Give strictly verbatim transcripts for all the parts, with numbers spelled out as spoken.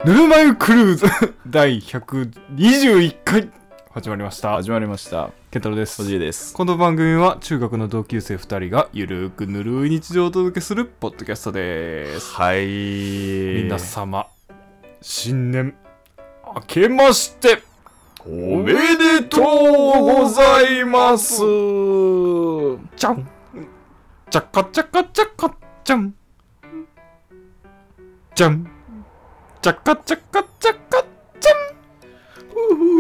ぬるま湯クルーズだいひゃくにじゅういっかい始まりました。 始まりました。 ケンタロウです。 おじいです。 この番組は中学の同級生ふたりがゆるーくぬるい日常をお届けするポッドキャストです。 はい。 皆様、新年明けましておめでとうございます。 じゃんちゃかちゃかちゃかちゃんじゃんちゃかちゃかちゃかちゃんうふ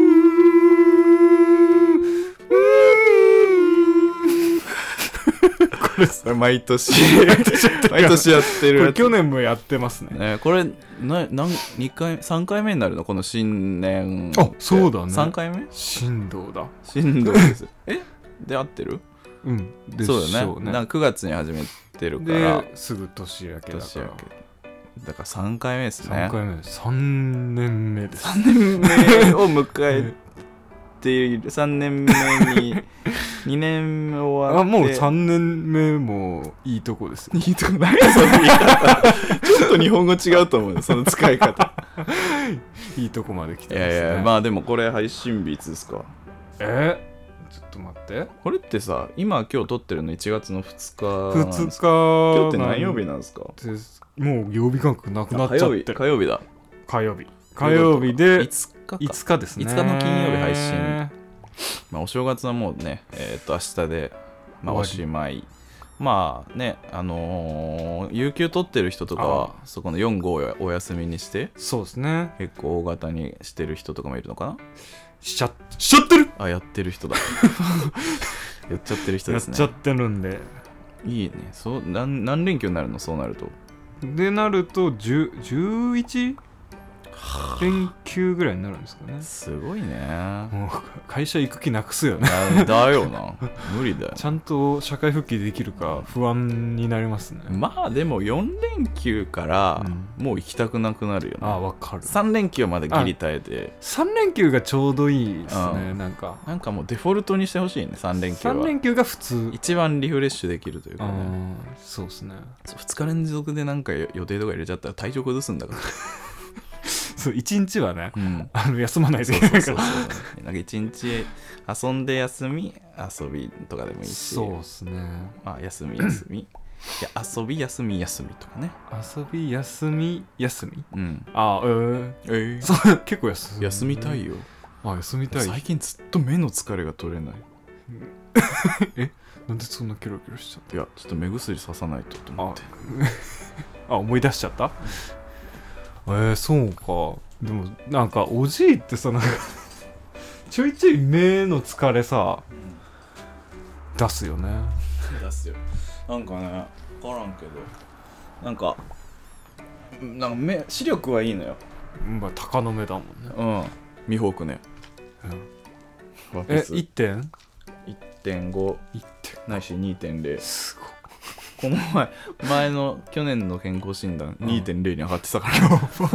ーこれさ毎年毎年やってるやつ。 これ去年もやってますね。 ねこれななんにかいさんかいめになるのこの新年。 あ、そうだね。 さんかいめ？ 振動だ。 振動です。えで合ってる？ うんでしそうょうね。 だね。なんかくがつに始めてるからですぐ年明けだから。 年明けだからさんかいめですね。 さんかいめさんねんめです。 さんねんめを迎えているさんねんめににねんめ終わって、 あ、もうさんねんめもいいとこですよ。 いいとこないその言い方ちょっと日本語違うと思うよその使い方いいとこまで来ていますね。 やいやまあでもこれ配信日いつですか？ えちょっと待ってこれってさ今今日撮ってるのいちがつのふつかふつか今日って何曜日なんですか？ もう曜日感覚なくなっちゃってる。 火曜日だ火曜日火曜日でいつかかいつかですね。 いつかの金曜日配信。まあお正月はもうねえっと明日でまあおしまい。まあねあのー、有給取ってる人とかはそこのよん、ごをお休みにしてそうですね。 結構大型にしてる人とかもいるのかな。 しちゃしちゃってるあやってる人だやっちゃってる人ですね。 やっちゃってるんでいいね。そう何何連休になるのそうなると。 でなるとじゅう、じゅういち連休ぐらいになるんですかね。 すごいね。 もう会社行く気なくすよね。 だ, だよな無理だよ。 ちゃんと社会復帰できるか不安になりますね。 まあでもよん連休からもう行きたくなくなるよね。 ああ分かる。 さん連休はまだギリ耐えてさん連休がちょうどいいですね。なんかなんかもうデフォルトにしてほしいね。さん連休はさん連休が普通一番リフレッシュできるというかね。 そうですね。 ふつか連続でなんか予定とか入れちゃったら体調崩すんだからそういちにちはね、 うん、 あの休まないといけないからなんかいちにち遊んで休み遊びとかでもいいし。 そうですね。 まあ休み休みいや遊び休み休みとかね。 遊び休み休みうんあえー、 えー、 そう結構休み休みたいよ。 あ休みたい。 最近ずっと目の疲れが取れないえなんでそんなキョロキョロしちゃった？ いやちょっと目薬ささないとと思って。 ああ思い出しちゃった。えー、そうか。でもなんかおじいってさなんかちょいちょい目の疲れさ、うん、出すよね。 出すよ。なんかね分からんけどなんかなんか目視力はいいのよ。 まあ鷹の目だもんね。 うんミホークね、 うん、えいってんいってんご ないし にてんゼロ。 すごい。 この前前の去年の健康診断 にてんゼロ に上がってたから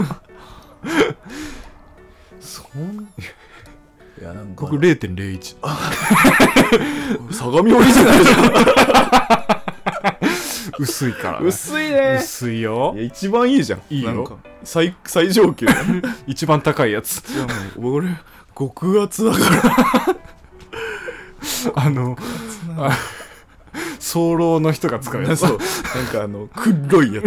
そんいやなんか僕 れいてんゼロいち相模オリジナルじゃん薄いからね。 薄いね。 薄いよ。 いや一番いいじゃん。 いいよ。 なんか 最, 最上級一番高いやつ。 いやもう俺極厚だからあのあ早漏の人が使うやつ。 そうなんかあの黒いやつ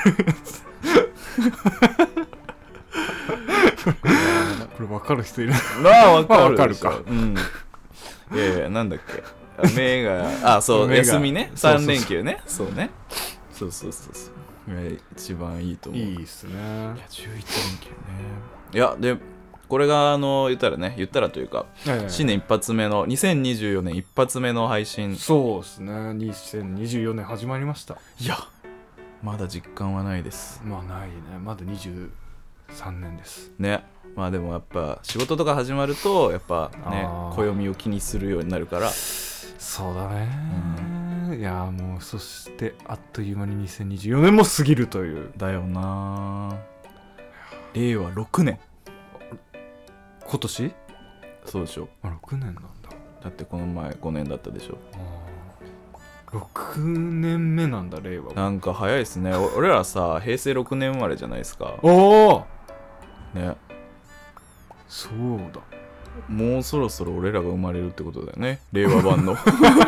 これ分かる人いる。 まあ分かる、 まあ、分かるか、 うん、いやいやなんだっけ目があそう休みねさん連休ね。そうねそうそうそうそう一番いいと思う。 いいっすね。いやじゅういち連休ね。いやでこれがあの言ったらね言ったらというか、はいはい、新年一発目のにせんにじゅうよねん一発目の配信。 そうですね。にせんにじゅうよねん始まりました。 いやまだ実感はないです。 まあないね。まだにじゅうさんねんですね。まあでもやっぱ仕事とか始まるとやっぱね暦を気にするようになるから。 そうだね、うん、いやもうそしてあっという間ににせんにじゅうよねんも過ぎるという。 だよな。れいわろくねん今年そうでしょ。 あろくねんなんだ。 だってこの前ごねんだったでしょ。 ろくねんめなんだ令和。 なんか早いですね。俺らさ平成ろくねん生まれじゃないですか。 おおね。 そうだ。 もうそろそろ俺らが生まれるってことだよね、令和版の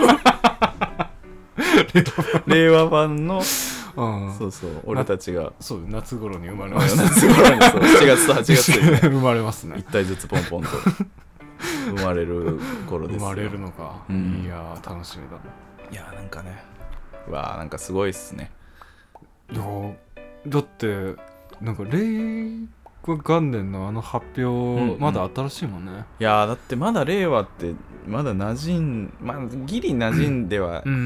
令和版の、うん、そうそう、俺たちがそう夏頃に生まれます夏頃にそうしちがつとはちがつに、ね、 生まれますね。 いち体ずつポンポンと生まれる頃ですよ。 生まれるのか、うん、いやー楽しみだね。 いやーなんかね、うわーなんかすごいっすね。 いやだってなんか令和元年のあの発表、うんうん、まだ新しいもんね。 いやーだってまだ令和ってまだ馴染んまあギリ馴染んでは、うんうん、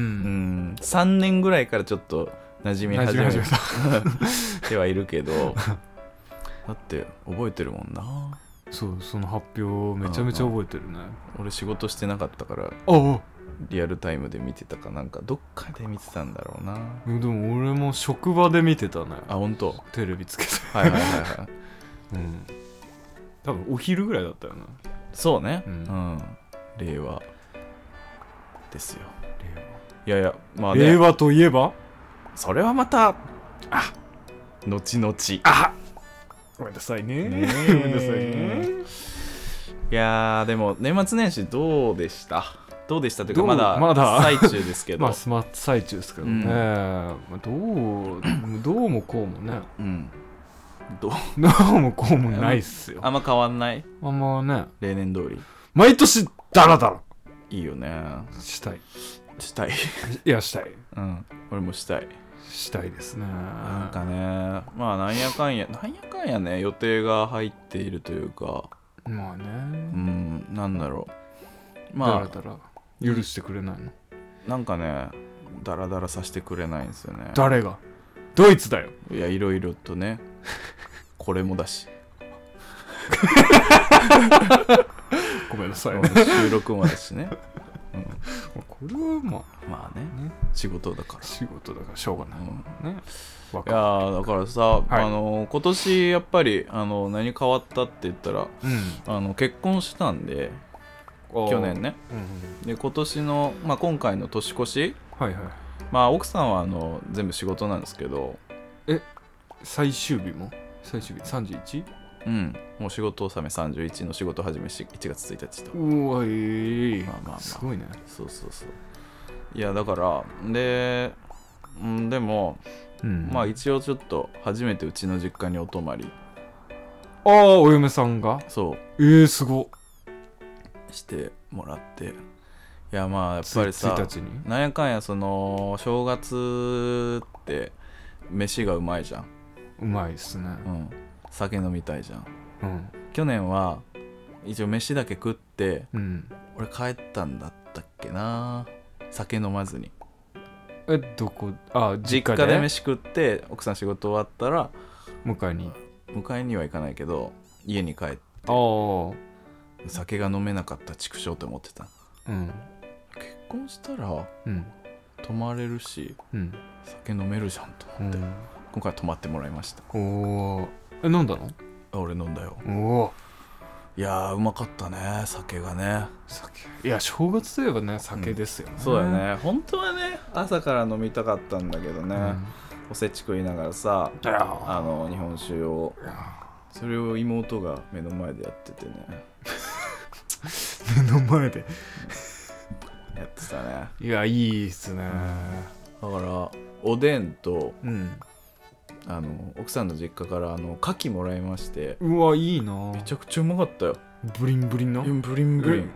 さんねんぐらいからちょっと馴染み始めてはいるけどだって覚えてるもんな。 そうその発表めちゃめちゃ覚えてるね。 俺仕事してなかったからリアルタイムで見てたかなんかどっかで見てたんだろうな。 でも俺も職場で見てたね。 あ本当。 テレビつけてはいはいはいはいうん、多分お昼ぐらいだったよな。 そうね、うんうん、 令和ですよ。 令和いやいやまあね、 令和といえばそれはまたあ後々 あごめんなさいねねごめんなさいね。いやーでも年末年始どうでしたどうでしたというかまだまだ最中ですけどまあ最中ですけどね、うん、どうどうもこうもね、 うんどうどうもこうもないっすよ。 あんま変わんない。 あんまね例年通り毎年ダラダラいいよね。 したいしたいいやしたいうん俺もしたいしたいですね。 なんかねまあなんやかんやなんやかんやね予定が入っているというかまあねうんなんだろうまあダラダラ許してくれないの。 なんかねダラダラさせてくれないんですよね。 誰がドイツだよ。 いやいろいろとねこれもだしごめんなさい、ね、 収録もだしね、 うん、これはまあまあね、 ね仕事だから仕事だからしょうがない、うん、ね。 いやだからさ、はい、あの今年やっぱりあの何変わったって言ったら、うん、あの結婚したんで去年ね、うんうん、で今年の、まあ、今回の年越し、 はいはい、 まあ奥さんはあの全部仕事なんですけどえ最終日も最終日 さんじゅういち？ うんもう仕事納めさんじゅういちの仕事始めしいちがつついたちと。 うわいい、まあまあまあすごいね。 そうそうそういやだからでんでも、うん、まあ一応ちょっと初めてうちの実家にお泊まりああお嫁さんがそうえー、すごしてもらっていやまあやっぱりさついたちになんやかんやその正月って飯がうまいじゃん。 うまいっすね、 うん、酒飲みたいじゃん、 うん、 去年は一応飯だけ食って、 うん、 俺帰ったんだったっけな酒飲まずに。 えどこあ実家 で, 実家で飯食って奥さん仕事終わったら迎えに迎えには行かないけど家に帰ってあ酒が飲めなかった畜生って思ってた、 うん、 結婚したら、うん、泊まれるし、 うん、 酒飲めるじゃんと思って、うん、今回泊まってもらいました。 おえ飲んだの？ 俺飲んだよ。 おいやーうまかったね酒がね。 酒いや正月といえばね酒ですよね、 うん、そうだよね本当はね朝から飲みたかったんだけどね、うん、おせち食いながらさあの日本酒をそれを妹が目の前でやっててね目の前でやってたね。 いやいいっすね、 うん、だからおでんと、 うん、 あの奥さんの実家からあの牡蠣もらいまして。 うわいいなめちゃくちゃうまかったよ。 ブリンブリンのブリンブリン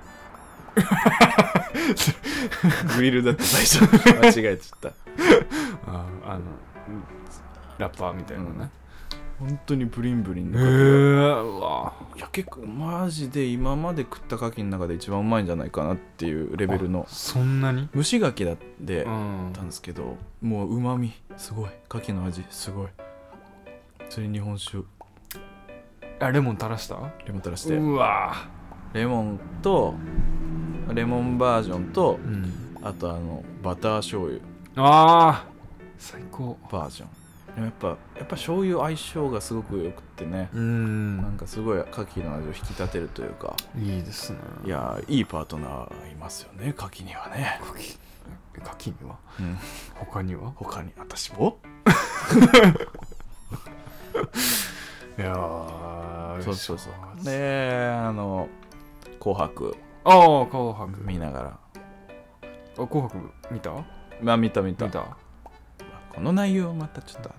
グリルだって最初間違えちゃったああのラッパーみたいなね、 うん、本当にブリンブリンの牡蠣が、うわいや結構マジで今まで食った牡蠣の中で一番うまいんじゃないかなっていうレベルの。 そんなに蒸し牡蠣だってたんですけど、うん、もううまみすごい牡蠣の味すごい。それに日本酒あレモン垂らしたレモン垂らして。 うわレモンとレモンバージョンと、 うん、 あとあのバター醤油あー最高バージョン。でもやっぱやっぱ醤油相性がすごくよくってね、 うんなんかすごい牡蠣の味を引き立てるというか。 いいですね。 いやいいパートナーいますよね牡蠣にはね。 牡蠣には、 うん、 他には他に私もいやーそうそうそうであの紅白ああ紅白見ながらあ紅白見たまあ見た見た見たこの内容はまたちょっと後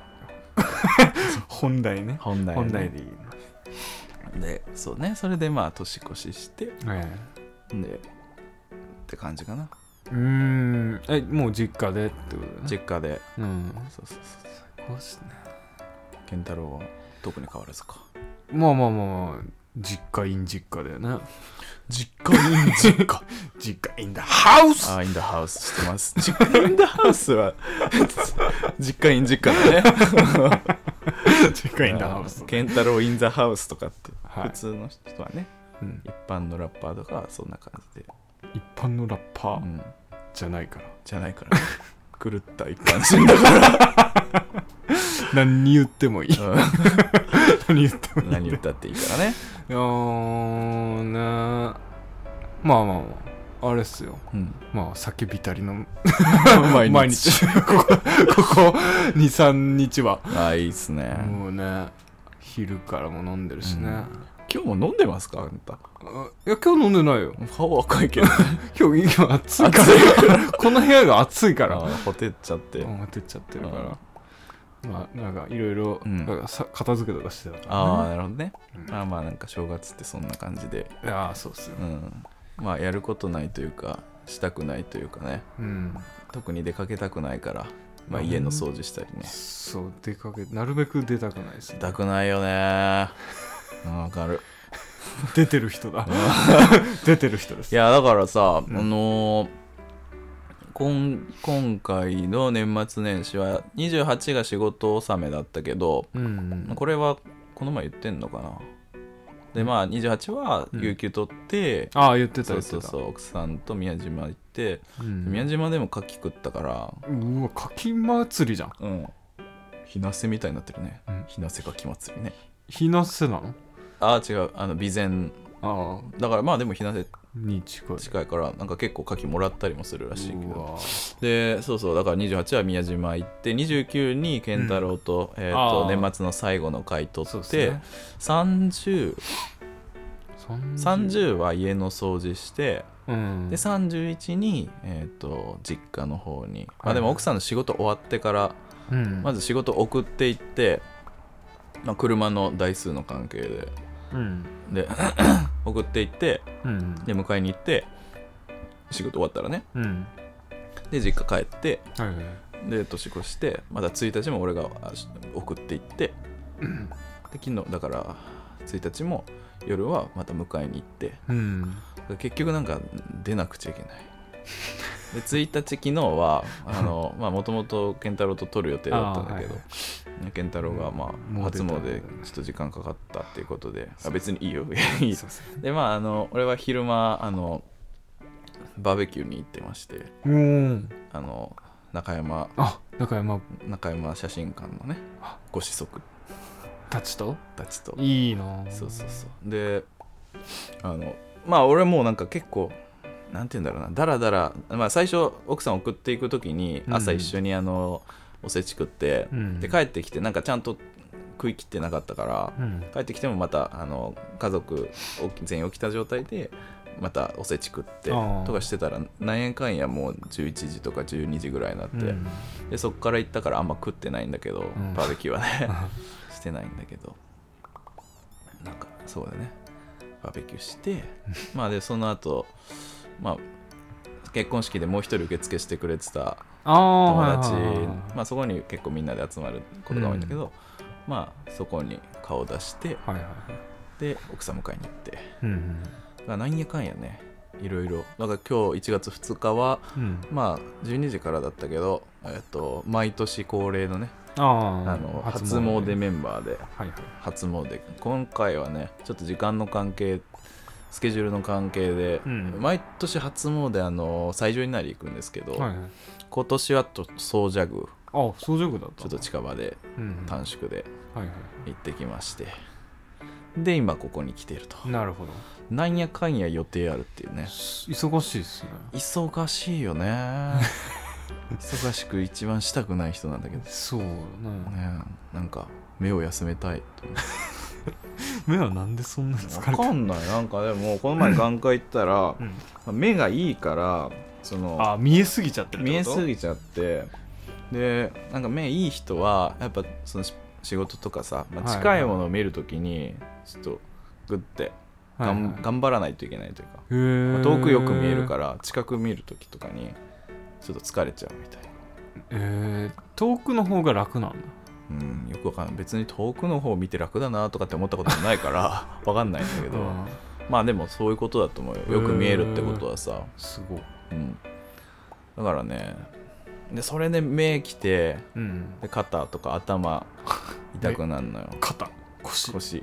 本題ね本題、ね、 本題でいいでそうねそれでまあ年越ししてええでって感じかなうーんえもう実家でってことだね実家でうんそうそうそう最高っすね健太郎は特に変わらずかまあまあまあまあ実家イン実家だよね実家イン実家実家インダハウスああインダハウスしてます実家インダハウスは実家イン実家だね実家インダハウス健太郎インザハウスとかって、 はい、 普通の人はね、うん、一般のラッパーとかはそんな感じで一般のラッパー、 うん、 じゃないからじゃないから、ね、狂った一般人だから何言ってもいい、うん、何言ってもいい何言ったっていいからねいやーねまあまあまああれっすよ、うん、まあ酒びたりの毎日, 毎日ここここ に,さん 日はあいいっすねもうね昼からも飲んでるしね、うん、 今日も飲んでますかあんたいや今日飲んでないよ顔赤いけど今日今暑いからこの部屋が暑いからほてっちゃってほてっちゃってるからまあなんかいろいろ片付けとかしてたから、ね、 ああなるほどね、うん、まあまあなんか正月ってそんな感じでいやそうっすよ、 うん、まあやることないというかしたくないというかね、うん、特に出かけたくないからまあ家の掃除したりね、うん、 そう出かけなるべく出たくないですね出たくないよねわかる出てる人だ出てる人ですいやだからさ、うん、あのー今, 今回の年末年始はにじゅうはちが仕事納めだったけど、うんうん、これはこの前言ってんのかなでまあにじゅうはちは有給取って、 うん、ああ言ってた言ってたそうそうそう奥さんと宮島行って、うん、宮島でも牡蠣食ったからうわ牡蠣祭りじゃんうん日なせみたいになってるね、うん、日なせ牡蠣祭りね日なせなのああ違うあの備前あだからまあでも日なせに近い近いからなんか結構牡蠣もらったりもするらしいけどでそうそうだからにじゅうはちは宮島行ってにじゅうくに健太郎と、うんえー、と年末の最後の回取って、ね、さんじゅう さんじゅうは家の掃除して、うん、でさんじゅういちに、えー、と実家の方に、はいまあ、でも奥さんの仕事終わってから、うん、まず仕事送っていって、まあ、車の台数の関係でうん、で送っていって、うん、で迎えに行って仕事終わったらね、うん、で実家帰って、はいはい、で年越してまたついたちも俺が送っていって、うん、で昨日だからついたちも夜はまた迎えに行って、うん、結局なんか出なくちゃいけないでついたち昨日はもともと健太郎と撮る予定だったんだけど、はい、健太郎がまあ初詣でちょっと時間かかったっていうことであ別にいいよいいでまああの俺は昼間あのバーベキューに行ってましてうんあの中山あ中山中山写真館のねご子息たちとたちといいなそうそうそうであのまあ俺もうなんか結構なんて言うんだろうなだらだら、まあ、最初奥さん送っていく時に朝一緒にあの、うん、おせち食って、うん、で帰ってきてなんかちゃんと食い切ってなかったから、うん、帰ってきてもまたあの家族全員起きた状態でまたおせち食ってとかしてたら何円かんやもうじゅういちじとかじゅうにじぐらいになって、うん、でそっから行ったからあんま食ってないんだけど、うん、バーベキューはねしてないんだけどなんかそうだねバーベキューしてまあでその後まあ、結婚式でもう一人受付してくれてた友達まあ、そこに結構みんなで集まることが多いんだけど、うん、まあそこに顔出して、はいはいはい、で奥さん迎えに行って、うんうん、だからなんやかんやねいろいろだから今日いちがつふつかは、うん、まあじゅうにじからだったけど、えっと、毎年恒例のねああの初詣メンバーで、はいはい、初詣今回はねちょっと時間の関係スケジュールの関係で、うん、毎年初詣あの西条稲荷行くんですけど、はいはい、今年はと総社宮あ総社宮だったちょっと近場で、うん、短縮で行ってきまして、はいはい、で今ここに来ているとなるほどなんやかんや予定あるっていうね忙しいですね忙しいよね忙しく一番したくない人なんだけどそうねねなんか目を休めたいと目はなんでそんなに疲れてる？ わかんない。なんかでもこの前眼科行ったら、 うん、 目がいいからそのあ見えすぎちゃってるって見こと？ えすぎちゃって、でなんか目いい人はやっぱその仕事とかさ、まあ、近いものを見るときにちょっとグッてがん、 はいはい、 頑張らないといけないというか、 へー、 まあ遠くよく見えるから近く見るときとかにちょっと疲れちゃうみたいな。 えー、遠くの方が楽なんだ。 うん、よくわかんない。別に遠くの方を見て楽だなとかって思ったこともないからわかんないんだけど、 うん、 まあでもそういうことだと思うよ。よく見えるってことはさ、 すごい、 うん、だからね、でそれで目きて、 うん、 で肩とか頭痛くなるのよ。 肩、腰、 腰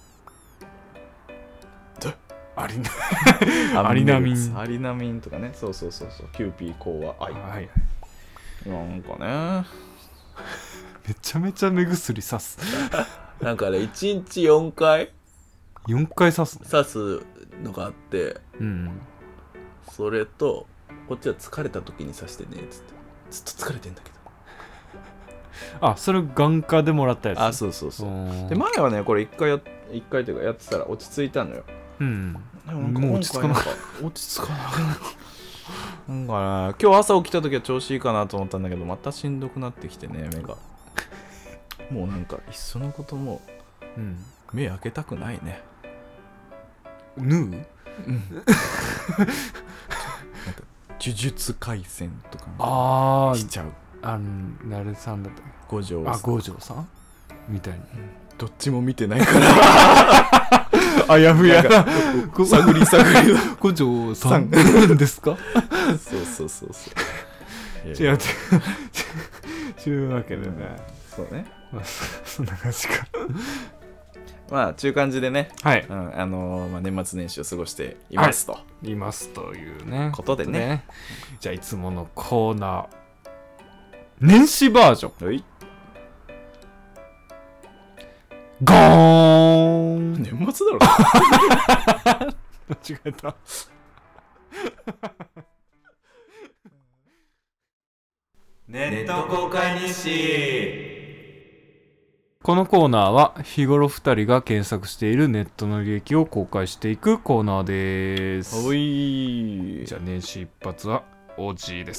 アリナアリナミンアリナミンとかね、そうそうそうそう、キューピー講和アイ、 はい、 なんかねめちゃめちゃ目薬さすなんかねいちにちよんかいよんかい刺すね。 刺すのがあって、 うん、 それとこっちは疲れた時に刺してねっつって、ずっと疲れてんだけど。 あ、それ眼科でもらったやつ？ あ、そうそうそう。で前はねこれいっかいや一回というかやってたら落ち着いたのよ。 うん、 でもなんかもう落ち着かなかっ落ち着かなくなるなんかね、今日朝起きた時は調子いいかなと思ったんだけど、またしんどくなってきてね、目がもうなんかいっそのこともうん、 目開けたくないね。 縫う？ うんなんか呪術廻戦とかあしちゃう。 あ、あの誰さんだったっけ？ 五条さん。 あ、五条さんみたいに、 どっちも見てないからあやふやな探り探り五条さんですか？ そうそうそうそう違う違う違うわけでね、 そうね、 まあ、そんな感じか。 まあ中感じでね、 はい、 うん、あのーまあ、年末年始を過ごしていますと、 はい、いますというねことでね、 じゃあいつものコーナー年始バージョン、 はいゴーン。 年末だろ間違えたネット公開日誌。 このコーナーは日頃ふたりが検索しているネットの履歴を公開していくコーナーです。 おい、 じゃあ年始一発は オージー です。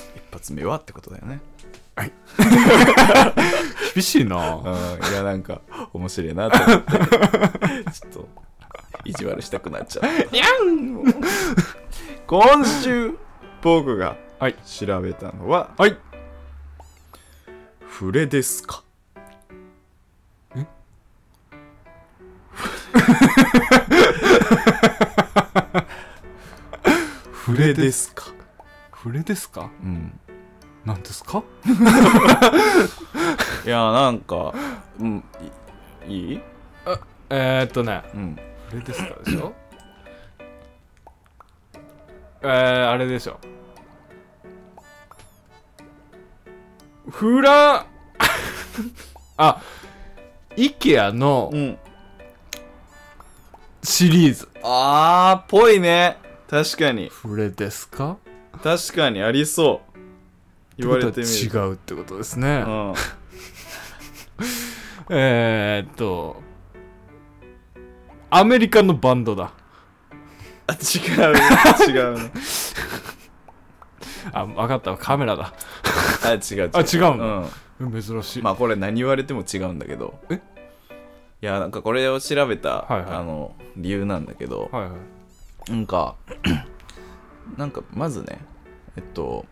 一発目はってことだよね。 はい厳しいな。 うん、いやなんか面白いなと思ってちょっと意地悪したくなっちゃったにゃん今週僕が調べたのは、 はい、 フレですか。 えフレですか。 フレですか。 うん。 なんですか。 いやなんか、うん、いい？ あ、えー、っとね、 うん、 フレですかでしょえー、あれでしょ。フラあ、IKEA のシリーズ、 うん、あーぽいね。確かにフレですか。 確かにありそう。言われてみる。 違うってことですね。 うん、 えーっとアメリカのバンドだ。 あ、違う違うね。 あ、分かった、カメラだ。 あ、違う違う。 あ、違うの、 うん、 珍しい。 まあこれ何言われても違うんだけど、 えいやなんかこれを調べた、 はいはい、 あの理由なんだけど、 はいはい、 なんかなんかまずね、えっと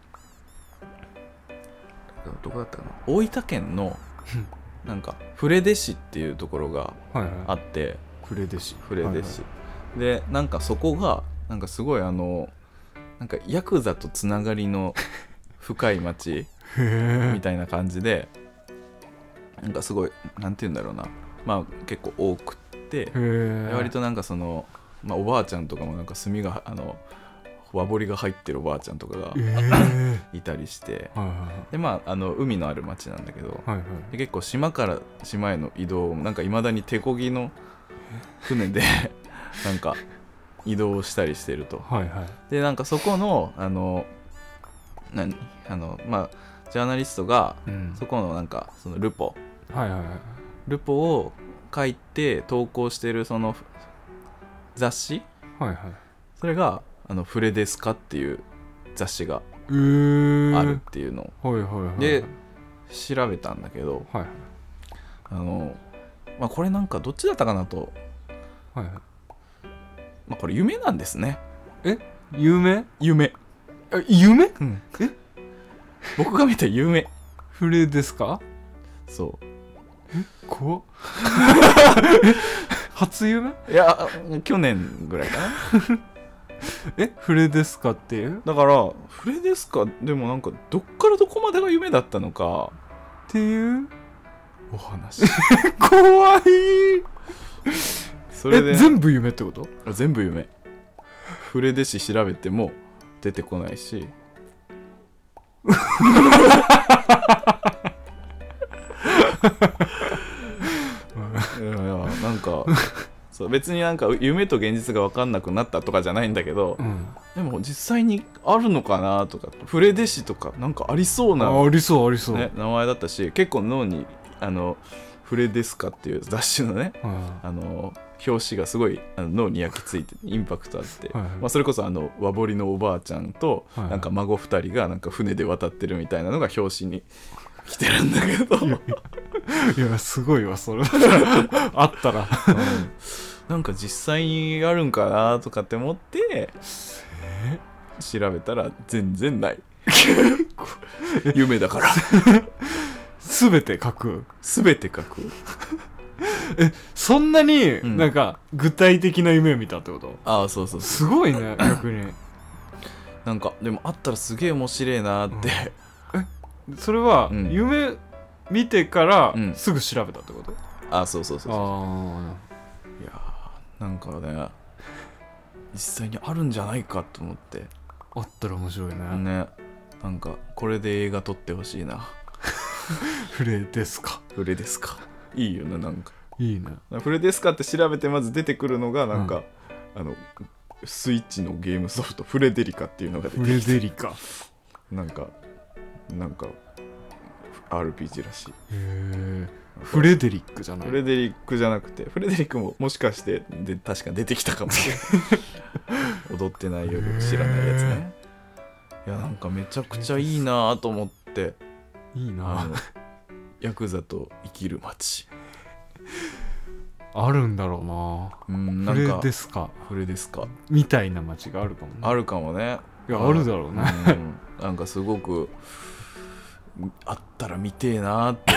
どこだったかな、大分県のなんかフレデ市っていうところがあって、はいはい、 フレデ市フレデ市、はいはい、でなんかそこがなんかすごいあのなんかヤクザとつながりの深い町みたいな感じで、なんかすごいなんて言うんだろうな、まあ結構多くって割となんかその、まあ、おばあちゃんとかもなんか炭があの和彫りが入ってるおばあちゃんとかが、えー、いたりして、はいはいはい、でまああの海のある町なんだけど、はいはい、で結構島から島への移動もなんかいまだに手漕ぎの船でなんか移動したりしてると、はいはい、でなんかそこのあの何あのまあジャーナリストが、うん、そこのなんかそのルポ、はいはいはい、ルポを書いて投稿してるその雑誌、 はいはい。 それがあのフレデスカっていう雑誌がえー、 あるっていうのはいはいはい。 で調べたんだけど、 はいあの、まあ、これなんかどっちだったかなと、 はいはい。 まあ、これ夢なんですね。 え夢夢、 え夢うん、 え僕が見た夢。 フレですか？ そ怖っ初夢？ ういや去年ぐらいかなえフレですかっていう？ だからフレデスカでもなんかどっからどこまでが夢だったのかっていうお話怖い。 それでえ全部夢ってこと？ 全部夢。フレデ氏調べても出てこないしいやいやなんかそう別になんか夢と現実が分かんなくなったとかじゃないんだけど、 うん、 でも実際にあるのかなとか、フレデ氏とかなんかありそうな、 あ, ありそうありそう、 ね、名前だったし、結構脳にあのフレデスカっていう雑誌のね、 はいあの表紙がすごいあの脳に焼き付いてインパクトあって、 はいはい、 まあ、それこそあの和彫りのおばあちゃんと、 はいはい、 なんか孫ふたりがなんか船で渡ってるみたいなのが表紙に来てるんだけどいやすごいわそれあったら、 うん、なんか実際にあるんかなとかって思って調べたら全然ない夢だからすべて書くすべて書くえそんなに、 うん、 なんか具体的な夢を見たってこと？ ああそうそうそう、 すごいね逆になんかでもあったらすげえ面白いなって、 うん、えそれは、うん、夢見てからすぐ調べたってこと？ ああそうそうそうそう、 あいやなんかね実際にあるんじゃないかと思って。 あったら面白いね。 ね、なんかこれで映画撮ってほしいなフレですか？ フレですか？いいよね、なんかいいね。 フレですかって調べてまず出てくるのがなんか、うん、あのスイッチのゲームソフトフレデリカっていうのが出てきて、 フレデリカなんかなんか アールピージー らしい。へえ。フレデリックじゃない？ フレデリックじゃなくて、フレデリックももしかしてで確か出てきたかもしれない踊ってない夜知らないやつね。いやなんかめちゃくちゃいいなと思って。 いいな。 ヤクザと生きる街あるんだろうな。 うん、なんかフレですか？ フレですかみたいな街があるかもね。 あるかもね。 いやあるだろうね、 うん、なんかすごくあったら見てえなって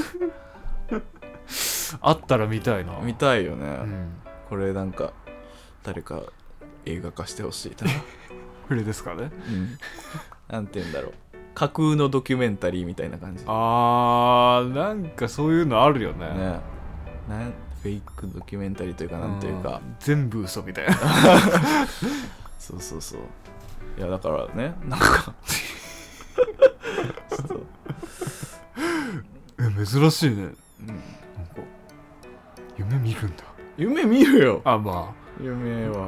あったら見たいな。 見たいよね、 うん、 これなんか誰か映画化してほしいなフレですかね、 うん、なんて言うんだろう、架空のドキュメンタリーみたいな感じ。 あーなんかそういうのあるよね。 ね、なんフェイクドキュメンタリーというかなんていうか、 全部嘘みたいなそうそうそう。いやだからね、なんかえ珍しいね、うん、なんか夢見るんだ。 夢見るよ。 あまあ夢は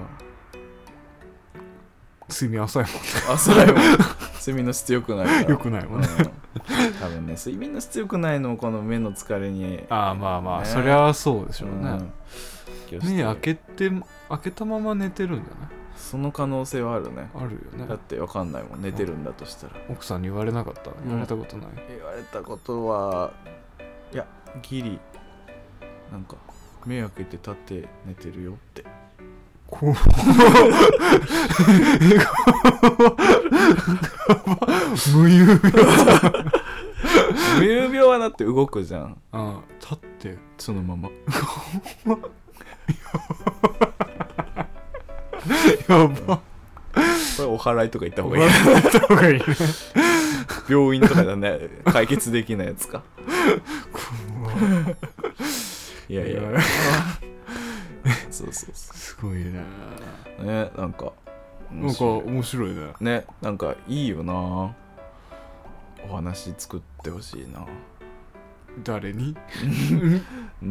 睡眠浅いもんね。 浅いもん睡眠の質良くないから良くないもんね、 うん、多分ね睡眠の質良くないのこの目の疲れに。 ああまあまあ、ね、そりゃそうでしょうね、うん、目開けて開けたまま寝てるんじゃない？ その可能性はあるね。 あるよね。 だって分かんないもん、寝てるんだとしたら。 奥さんに言われなかった？言われたことない？ 言われたことはいやギリなんか目開けて立って寝てるよってこう無遊病無遊病はだって動くじゃん。 ああ立ってそのままやば。 これお祓いとか行った方がいい。 行った方がいいね。 病院とかだね解決できないやつか。いやいやそうそうそう、 すごいね。 ね、なんかなんか面白いね。 ね、なんかいいよな。お話作ってほしいな。 誰にうん、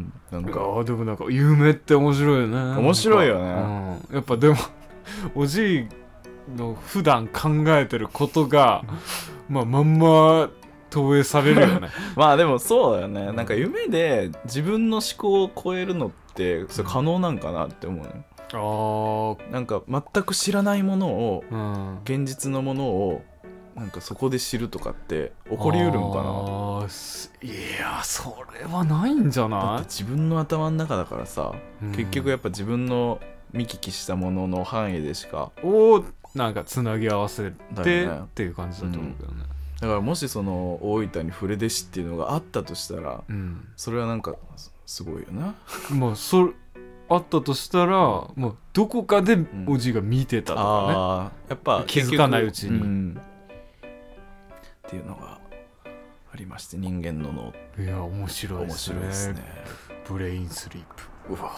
なんかあでもなんか夢って面白いよね。 面白いよね、 うん、やっぱでもおじいの普段考えてることがまあまんま投影されるよねまあでもそうだよね、なんか夢で自分の思考を超えるのってそれ可能なんかなって思うね、 あなんか全く知らないものを、 あ、うん、 現実のものをなんかそこで知るとかって起こりうるんかな。 あいやそれはないんじゃだないって自分の頭の中だからさ、 うん、 結局やっぱ自分の見聞きしたものの範囲でしかをなんかつなぎ合わせて、 だよねっていう感じだと思うけどね、 だからもしその大分にフレデシっていうのがあったとしたら、 うん、 それはなんかすごいよな。 まあそれあったとしたらもうどこかでおじいが見てたとかね、 あーやっぱ気づかないうちに、 うん、っていうのがありまして、人間の脳いや面白いですね。 面白いですね。 ブレインスリープ、 うわ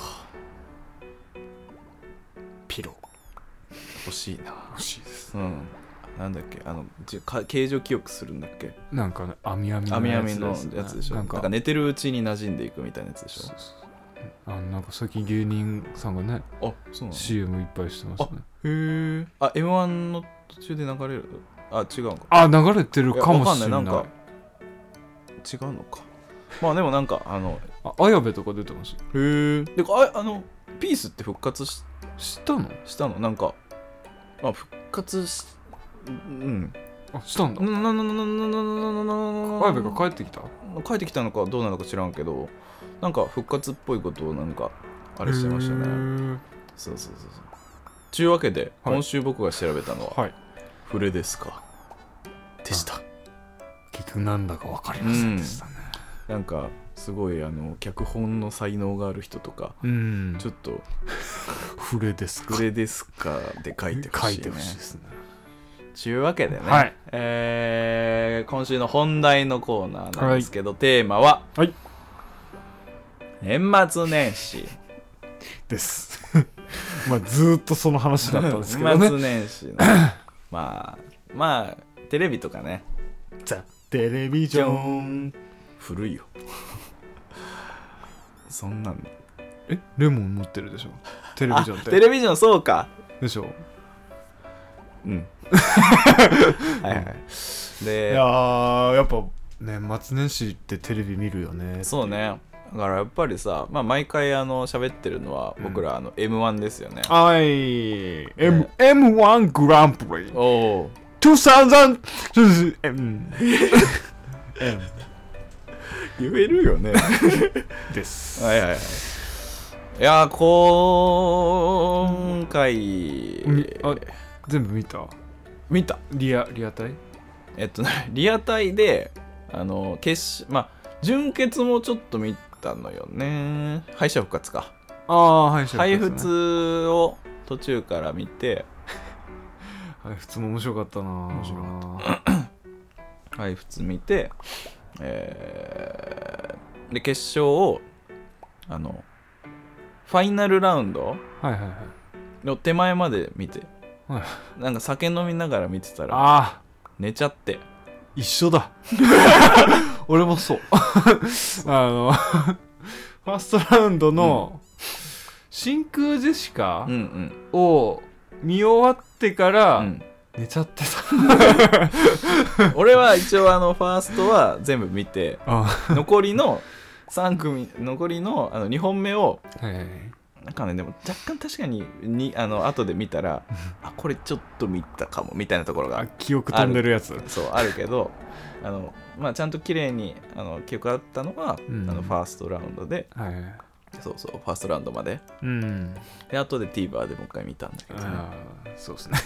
ピロ欲しいな。 欲しいです。 うん、なんだっけ、あのじか形状記憶するんだっけ、 なんかね網網の網やつ網のですねやつでしょ。 なかなんんか寝てるうちに馴染んでいくみたいなやつでしょ。 そうそうあのなんか最近芸人さんがねあ、そうなの。 シーエム いっぱいしてますね。 へえ。あ、エムワン の途中で流れる。あ、違うのか。 あ流れてるかもしれない。 いやわかんない、なんか違うのか。まあでもなんかあのあ綾部とか出てます。 へえ。でああのピースって復活し知ったの？ したの、なんかまあ復活しうんあしたんだ。 ななななななななな綾部が帰ってきた？ 帰ってきたのかどうなのか知らんけど、なんか復活っぽいことをなんかあれしてましたね。 ね。 そうそうそうそう。というわけで、 はい今週僕が調べたのは、 はい。 フレですかでした。 結局なんだか分かりませんでしたね。 なんかすごいあの脚本の才能がある人とか、 うん。 ちょっとフレですか？ フレですかで書いてほしいね。 書いてほしいですね。 というわけでね、 はいえー今週の本題のコーナーなんですけど、テーマは、 はい年末年始ですまあずーっとその話だったんですけどね。 年末年始のまあまあテレビとかね、 ザ・テレビジョン。 古いよそんなんえレモン持ってるでしょテレビジョンって。 テレビジョンそうか、 でしょ。 うんはいはいいでやーやっぱ年末年始ってテレビ見るよね。 そうね、だからやっぱりさ、まあ、毎回あの喋ってるのは僕らあの エムワン ですよね、 はい M エムワン グランプリおおにせん M 言えるよねですはいはいはい。いやー今回みあ全部見た？ 見た。 リアリアタイ？ えっとねリアタイであの決まあ純潔もちょっと見たのよね。敗者復活か。 ああ敗者敗復活ね。 仏を途中から見て、 はい普通も面白かったな。面白かっ敗仏見て、えーで決勝をあのファイナルラウンドた。はいはいはいの手前まで見て、 はい。 なんか酒飲みながら見てたらああ寝ちゃって。 一緒だ俺もそうあのファーストラウンドの真空ジェシカうんうんを見終わってからうん寝ちゃって俺は一応あのファーストは全部見てたあ残りのさん組残りのあのにほんめをはいはいなんかねでも若干確かににあの後で見たらあこれちょっと見たかもみたいなところがあ記憶飛んでるやつ。 そうあるけどあの、まあ、ちゃんと綺麗にあの記憶あったのは、 うんあのファーストラウンドではいはいそうそうファーストラウンドまでうんで後で TVer でもう一回見たんだけど、ね、 ああそうですね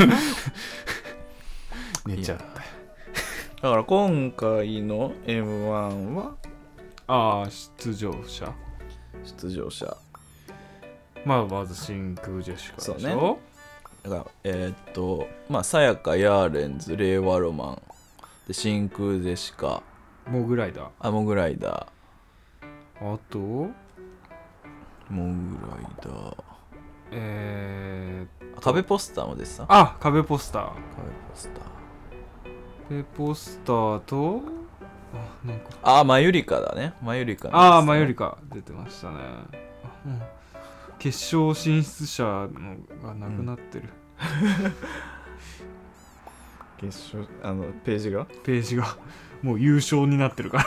寝ちゃっただから今回の エムワン はああ出場者出場者まあまず真空ジェシカでしょ。 そうねだからえーっとまあさやかヤーレンズ令和ロマンで真空ジェシカモグライダー。 アモグライダあとーモグライダーえー、 壁ポスターもでさあ壁ポスター壁ポスター壁ポスターとあなんかあーマユリカだねマユリカ、ね、 ああマユリカ出てましたね。あもう決勝進出者のがなくなってる、 決勝あのページがページがもう優勝になってるから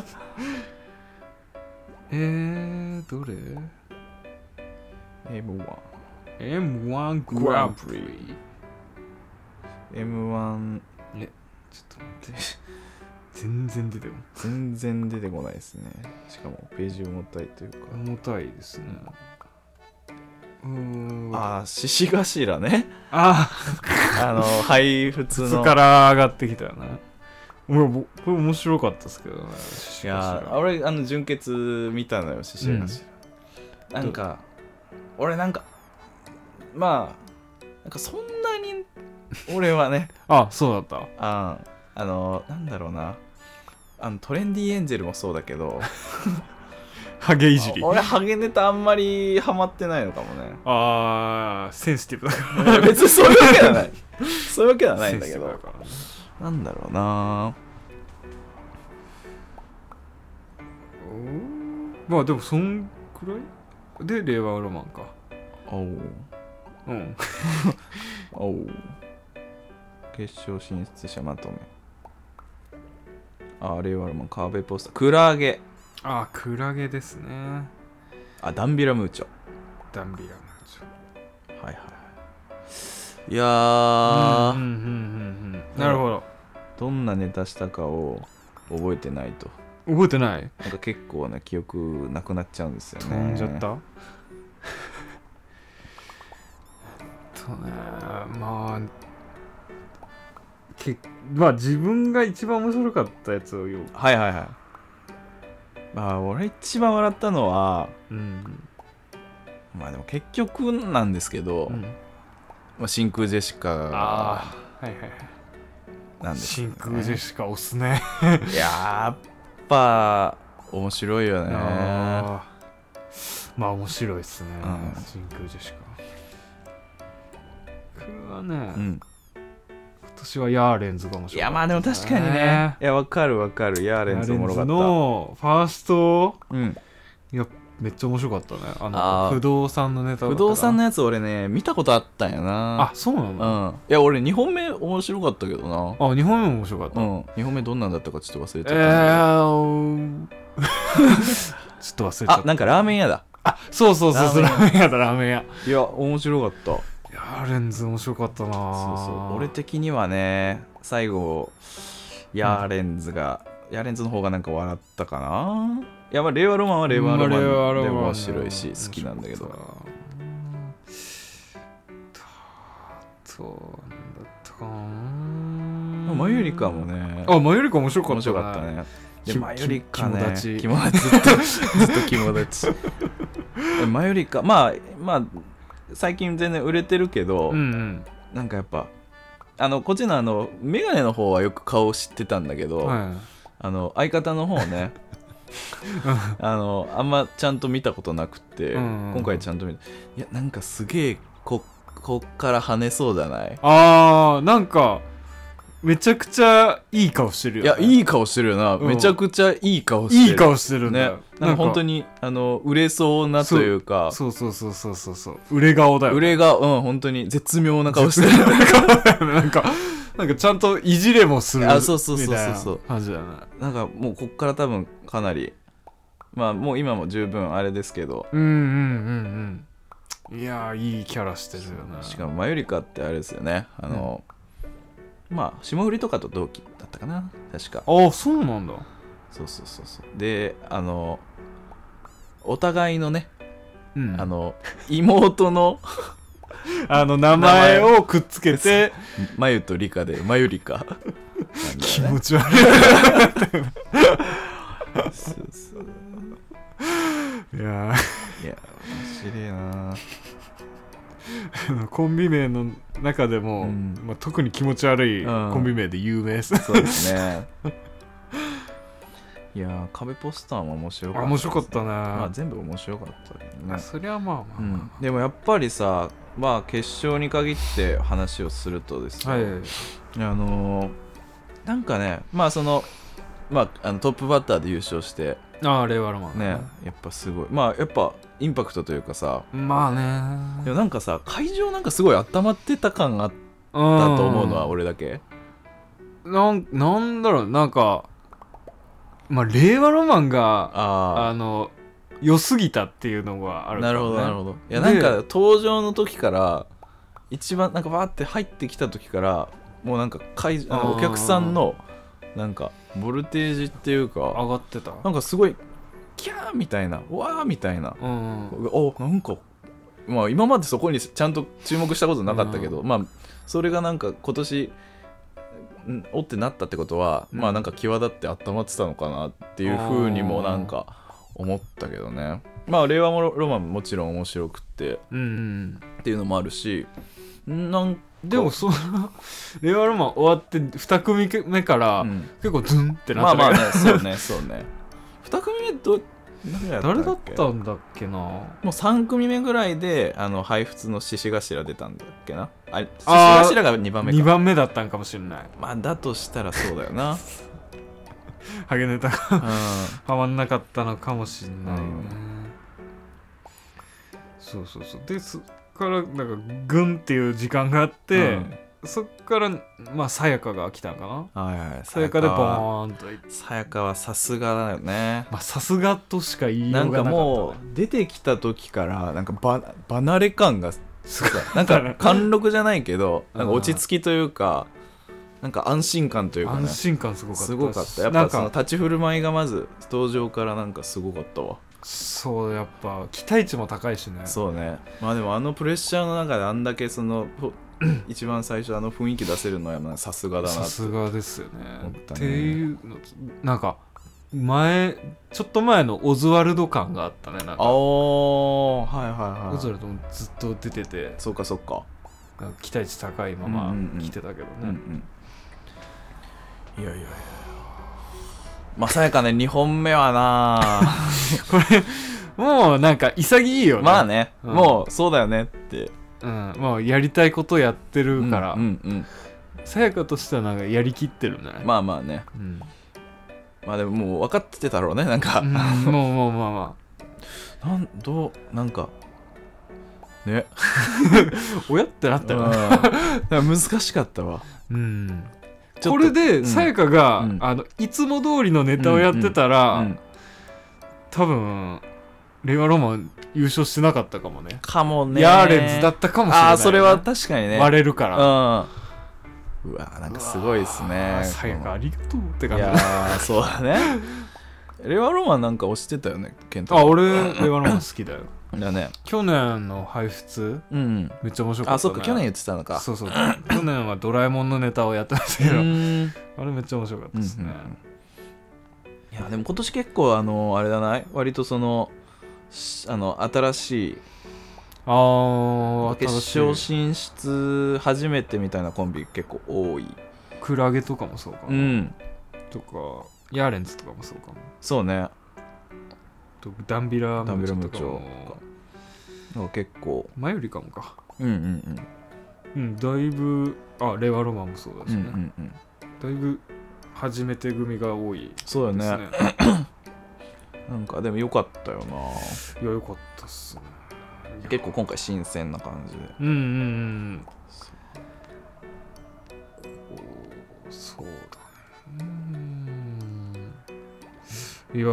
えーどれエムワンエムワン グランプリエムワンえちょっと待って全然出てこない全然出てこないですね。しかもページ重たいというか重たいですねうーんああ獅子頭ねああのはい普通の普通から上がってきたよね俺これ面白かったですけどねいやー俺あの純潔見たのよ獅子頭、うん、なんか俺なんかまあなんかそんなに俺はねあそうだったああのなんだろうなあのトレンディエンジェルもそうだけどハゲいじり俺ハゲネタあんまりハマってないのかもねあーセンシティブだから別にそういうわけではないそういうわけではないんだけどだから、ね、 なんだろうなまあでもそんくらいで令和ロマンかおううんおう決勝進出者まとめあ令和ロマンカーベポスタークラゲあクラゲですねあダンビラムーチョダンビラムーチョはいはいいやー、 うんうんうんうんうん、なるほどどんなネタしたかを覚えてないと覚えてないなんか結構ね記憶なくなっちゃうんですよね飛んじゃったとねまあけまあ自分が一番面白かったやつを言おうはいはいはいまあ俺一番笑ったのは、 うん、 まあでも結局なんですけど、うんまあ、真空ジェシカがああはいはいはいなんです、 ね、真空ジェシカ押すねいややっぱ面白いよねあまあ面白いっすね、 うん、 真空ジェシカ僕はね、うん、今年はヤーレンズが面白かった、ね、 いやまあでも確かにねいやわかるわかるヤーレンズおもろかったヤーレンズのファースト、 うん、 いやめっちゃ面白かったねあのあ不動産のネタだった不動産のやつ俺ね見たことあったんやなあそうなの、 うん、いや俺にほんめ面白かったけどなあにほんめも面白かった、 うん、にほんめどんなんだったかちょっと忘れちゃったえーちょっと忘れちゃったあなんかラーメン屋だあそうそうそうそうラーメン屋だラーメン屋いや面白かったヤーレンズ面白かったなそうそう俺的にはね最後ヤーレンズが、うん、ヤーレンズの方がなんか笑ったかないやまあ令和ロマンは令和ロマンで面白いし好きなんだけどそうなんだったかなマユリカもねあマユリカ面白かったね面白かったねでマユリカね肝立ちずっとずっと肝立ちマユリカまあまあ最近全然売れてるけど、うんうん、なんかやっぱあのこっちのあのメガネの方はよく顔知ってたんだけど、はい、あの相方の方ねあのあんまちゃんと見たことなくて、うんうん、今回ちゃんと見たいやなんかすげえ こ, こっから跳ねそうじゃないあーなんかめちゃくちゃいい顔してるよねいやいい顔してるよな、うん、めちゃくちゃいい顔してるいい顔してるんだよ、 ね、なんか本当にあの売れそうなというかそうそうそうそうそうそう売れ顔だよ、ね、 売れ顔うん本当に絶妙な顔してるなんかなんかちゃんといじれもするみたいなそうそうそうそうそう感じだよねなんかもうこっから多分かなりまあもう今も十分あれですけどうんうんうんうんいやいいキャラしてるよねしかもマユリカってあれですよねあの、うん、まあ霜降りとかと同期だったかな確かああそうなんだそうそうそうそうであのお互いのね、うん、あの妹のあの名前をくっつけてマユとリカでマユリカ、ね、 気持ち悪いそうそういやいや面白いなコンビ名の中でも、うんまあ、特に気持ち悪いコンビ名で有名です、 うん、そうですねいや壁ポスターも面白かった、ね、 面白かったね、 まあ、全部面白かったけどねそりゃまあまあ、うん、 でもやっぱりさまあ決勝に限って話をするとですね、はい、あのー、なんかねまあそのまああのトップバッターで優勝してああ令和ロマンねやっぱすごいまあやっぱインパクトというかさまあねでもなんかさ会場なんかすごい温まってた感があったと思うのは俺だけなんなんだろうなんかまあ令和ロマンがああの良すぎたっていうのがあるかなるらね。 ほどなるほど。いやなんか登場の時から一番なんかバーって入ってきた時からもうなんか会あのお客さんのなんかボルテージっていうか上がってた。 なんかすごいキャーみたいなわーみたいな、 うんうん、 おなんかまあ今までそこにちゃんと注目したことなかったけど、 うまあそれがなんか今年んおってなったってことは、 うん、 まあなんか際立って温まってたのかなっていう風にもなんか思ったけどね。まあ令和ロマンもちろん面白くってうんうん、 っていうのもあるし、なんかでもその令和ロマン終わってに組目から、うん、結構ズンってなったまあまあねそうねそうねに組目ど誰だったんだっけな。もうさん組目ぐらいであの配布の獅子頭出たんだっけな。あ獅子頭がにばんめかにばんめだったんかもしれない。 まあだとしたらそうだよなハゲネタがはまんなかったのかもしれないね、うん、そうそうそう。でそっからなんかグンっていう時間があって、うん、そっからまあさやかが来たんかな。 はいはい。 さやかでボーンといって、 さやかはさすがだよね。 まあさすがとしか言いようがなかった、ね、 なんかもう出てきた時からなんかば離れ感がすごいなんか貫禄じゃないけどなんか落ち着きというかなんか安心感というかね。 安心感すごかった。 すごかった。やっぱその立ち振る舞いがまず登場からなんかすごかったわ。 そうやっぱ期待値も高いしね。 そうね。まあでもあのプレッシャーの中であんだけその一番最初あの雰囲気出せるのはさすがだなって。さすがですよね。っていうのなんか前ちょっと前のオズワルド感があったね。なんかああはいはいはい。 オズワルドもずっと出てて、 そうかそうか。 なんか期待値高いまま来てたけどね。うんうんうんうん、いやいやいや。まさやかねにほんめはなこれもうなんか潔いよね。 まあね、うん、もうそうだよねって、 うん、もうやりたいことやってるから、 うんうんうん、 さやかとしてはなんかやりきってるんじゃない。 まあまあね、うん、まあでももう分かっててたろうねなんか、うん、 もうもうまあまあなんどうなんかね親ってなったよね難しかったわ。 うんこれでさやかが、うん、あのいつも通りのネタをやってたら、うんうん、多分令和ロマン優勝してなかったかもね。 かもね。 ヤーレンズだったかもしれない、ね、 あそれは確かにね割れるから、うん、 うわなんかすごいですね。 さやかありがとうって感じ。 いやそうだね令和ロマンなんか推してたよねケンタ。 あ俺令和ロマン好きだよだね。 去年の配布、うん、めっちゃ面白かった、ね、 あそっか去年言ってたのか。 そうそう去年はドラえもんのネタをやってましたけどあれめっちゃ面白かったですね、うんうんうん、いやでも今年結構あのあれだない割とそのあの新しいあ決勝進出初めてみたいなコンビ結構多い。 クラゲとかもそうかも、 うん、 とかヤーレンズとかもそうかも。 そうね。 とダンビラムチョとかもなんか結構前よりかもか。 うんうんうんうんだいぶあ令和ロマンもそうだしね、 うんうんうん、 だいぶ初めて組が多いですね。 そうよねなんかでも良かったよな。いや良かったっすね。 結構今回新鮮な感じで。 うんうんうんそうだね。うんいやー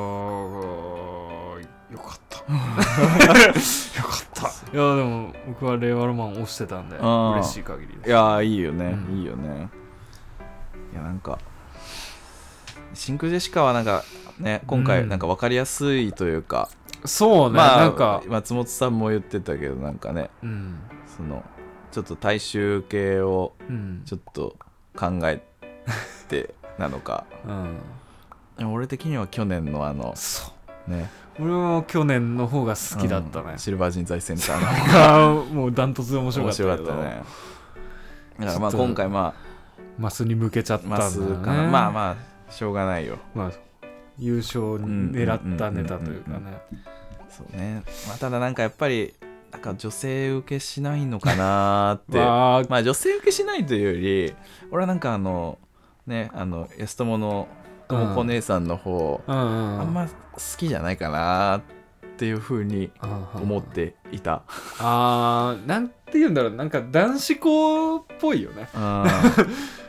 よかったよかったいやでも僕は令和ロマンを推してたんで嬉しい限りです。 いやいいよね、うん、いいよね。いやなんか真空ジェシカはなんかね今回なんか分かりやすいというか、 うん、そうね、 まあ、 なんか松本さんも言ってたけどなんかね、うん、そのちょっと大衆系をちょっと考えてなのか、うん、俺的には去年のあのそうね俺も去年の方が好きだったね、 うん、シルバー人材センターのもうダントツで面白かったけど面白かったね。だからまあ今回まあマスに向けちゃったんだよね。 まあまあしょうがないよ、 まあ、優勝狙ったネタというかね。 そうね、まあ、ただなんかやっぱりなんか女性受けしないのかなって、 まあ、 まあ女性受けしないというより俺はなんかあのねあの安友のともこ姉さんの方、うんうんうん、あんま好きじゃないかなっていう風に思っていた。 あーなんて言うんだろうなんか男子校っぽいよね。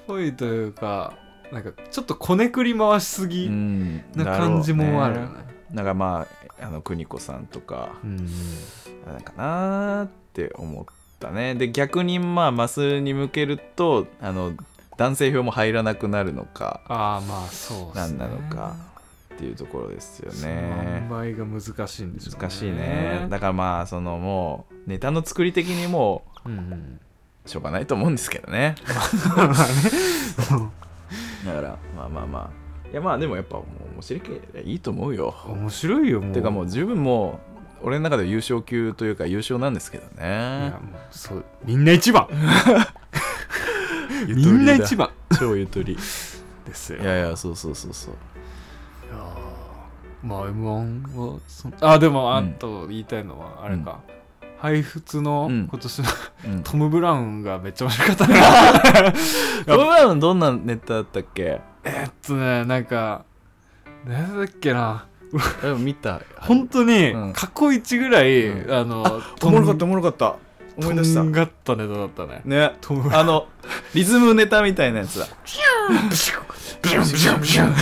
ぽいというかなんかちょっとこねくり回しすぎうんな感じもあるよね。 なんかまああの邦子さんとか、 うんなんかなーって思ったね。で逆にまあマスに向けるとあの男性票も入らなくなるのか、 ああまあそうですね。 何なのかっていうところですよそのね。 塩梅が難しいんですよね。 難しいね。だからまあそのもうネタの作り的にもうんうんうしょうがないと思うんですけどね。 まあねだからまあまあまあいやまあでもやっぱもう面白いけいいと思うよ。 面白いよもう。 てかもう十分もう俺の中では優勝級というか優勝なんですけどいね。 やもうそうみんな一番ゆとりだみんな一番超ゆとりですよ。 いやいやそうそうそうそう。 いやーまあ エムワン はそあでもあと言いたいのはあれか、ハイフツのうん今年の、 うんトム・ブラウンがめっちゃ面白かったねトム・ブラウンどんなネタだったっけ？ えっとねなんか何だっけなでも見た。 本当にうん過去一ぐらい、 うんあのおもろかったおもろかった思い出したとんがったネタだったね。 ね。 トム・ブラウンあのリズムネタみたいなやつだ。 ビュンビュンビュン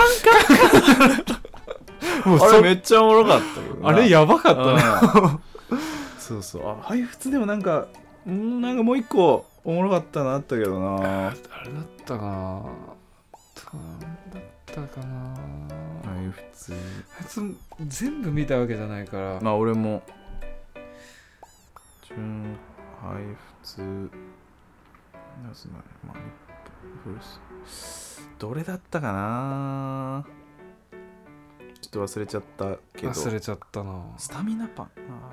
もうあそれめっちゃおもろかったけどな。 あれやばかったねうんそうそう。あハイフツでもなんかんなんかもう一個おもろかったのあったけどな。 あれだったかななんだったかなハイフツあいつ全部見たわけじゃないから、 まあ俺も純ハイフツなんすねまあフルスどれだったかなちょっと忘れちゃったけど忘れちゃったな。 スタミナパンあ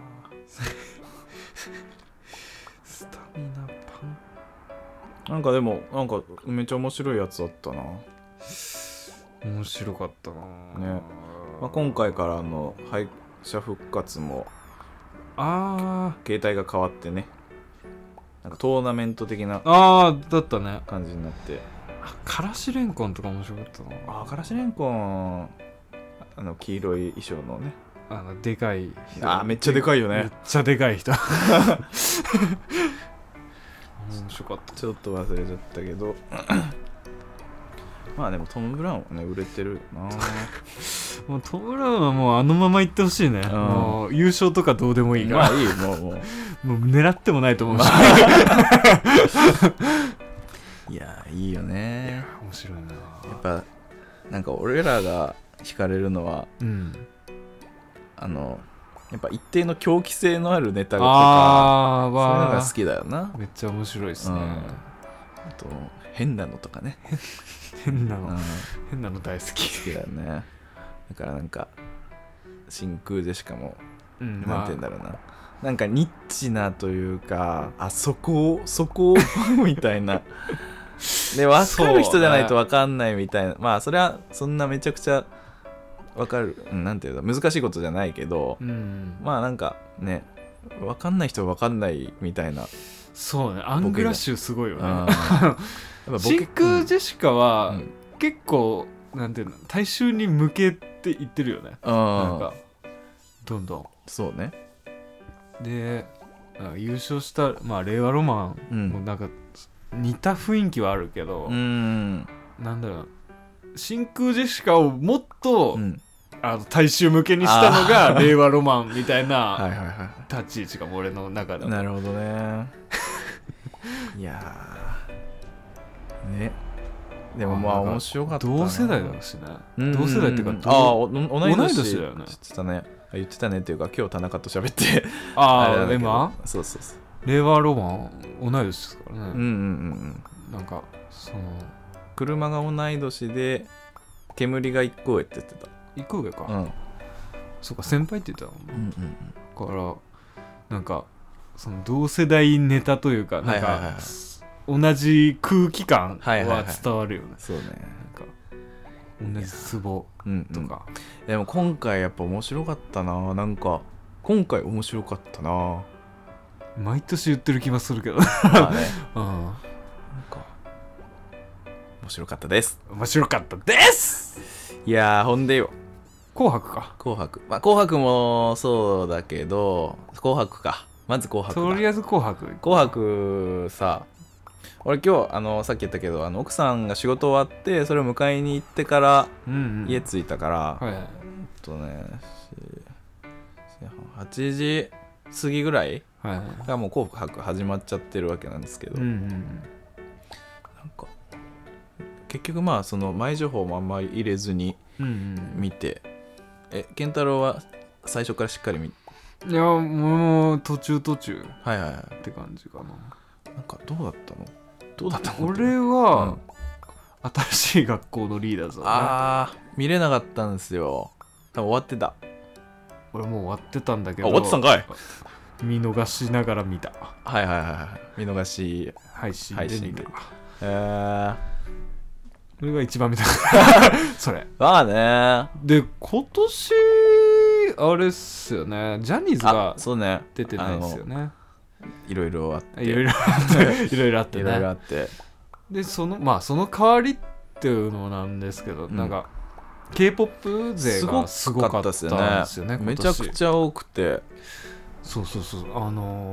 スタミナパンーなんかでもなんかめっちゃ面白いやつあったな、 面白かったなねまあ、今回からの敗者復活もあー携帯が変わってねなんかトーナメント的なあーだったね。 感じになってあからしれんこんとか面白かったな。 あからしれんこんあの黄色い衣装のねあのでかい人あーめっちゃでかいよめっねちゃでかい人面白かった。 ちょっと忘れちゃったけどまあでもトム・ブラウンはね売れてるよなもうトム・ブラウンはもうあのまま行ってほしいね、 んもう優勝とかどうでもいいから、 まあいいもうもうもう狙ってもないと思うし、 いやいいよね面白いな。 やっぱなんか俺らが惹かれるのはうんあのやっぱ一定の狂気性のあるネタとかあーそういうのがわ好きだよなめっちゃ面白いですね、 うんあと変なのとかね、 変なの、 うん、好変なの大好き、 きだよねだからなんか真空ジェシカもうんなんて言うんだろうな、なんかニッチなというかあそこそこみたいなで分かる人じゃないと分かんないみたいな、まあそれはそんなめちゃくちゃ分かる、うん、なんていうの難しいことじゃないけど、 うん、 まあなんかね分かんない人は分かんないみたいな、 そうねアングラッシュすごいよね、 うん、やっぱボケ真空ジェシカは、 うん結構なんていうの大衆に向けていってるよね、 うんなんかどんどんそうね、 でなんか優勝した、まあ、令和ロマうンもんなんか似た雰囲気はあるけど、 うんなんだろう真空ジェシカをもっと、 うんあの大衆向けにしたのが令和ロマンみたいなはいはいは立ち位置が俺の中ではいなるほどねいやーねでもまああなんか面白かったな同世代だしね、 うん同世代っていうかああお同い年同い年だよね言ってたね言ってたねっていうか今日田中と喋ってああれなんだけど今そうそうそう令和ロマン同い年ですからね、 うんうんうんうんなんかその車が同い年で煙が一個上って言ってた一個上か、 うんそうか先輩って言ってたもんね、 うんうんだからなんかその同世代ネタというかなんか、 はいはいはいはい同じ空気感はいはいははい伝わるよね、 そうねなんか同じツボうんうんとか、 でも今回やっぱ面白かったななんか今回面白かったな毎年言ってる気がするけど、 まあねうん、 なんか面白かったです面白かったですいやーほんでよ紅白か紅白まあ紅白もそうだけど紅白かまず紅白だとりあえず紅白紅白さ俺今日あのさっき言ったけどあの奥さんが仕事終わってそれを迎えに行ってから家着いたから、 はいはい、 えっとねはちじ過ぎぐらいがもう紅白始まっちゃってるわけなんですけど、 うんうん、 なんか結局まあその前情報もあんまり入れずに見て、うんうん、え健太郎は最初からしっかり見て、 いやもう途中途中はいはいはいって感じかな。 なんかどうだったのどうだったの俺は、うん、新しい学校のリーダーズだね。 ああ見れなかったんですよ。多分終わってた。 俺もう終わってたんだけど。 あ終わってたんかい。 見逃しながら見た。 はいはいはい見逃し配信で見た。へえー、 それが一番見たそれまあね。 で今年あれっすよね、ジャニーズがそうね出てないですよね。 いろいろあっていろいろあっていろいろあってね。 いろいろあってでそのまあその代わりっていうのなんですけど、うん、なんか K-ポップ 勢がすごかったですよね。 めちゃくちゃ多くて、 そうそうそう、あ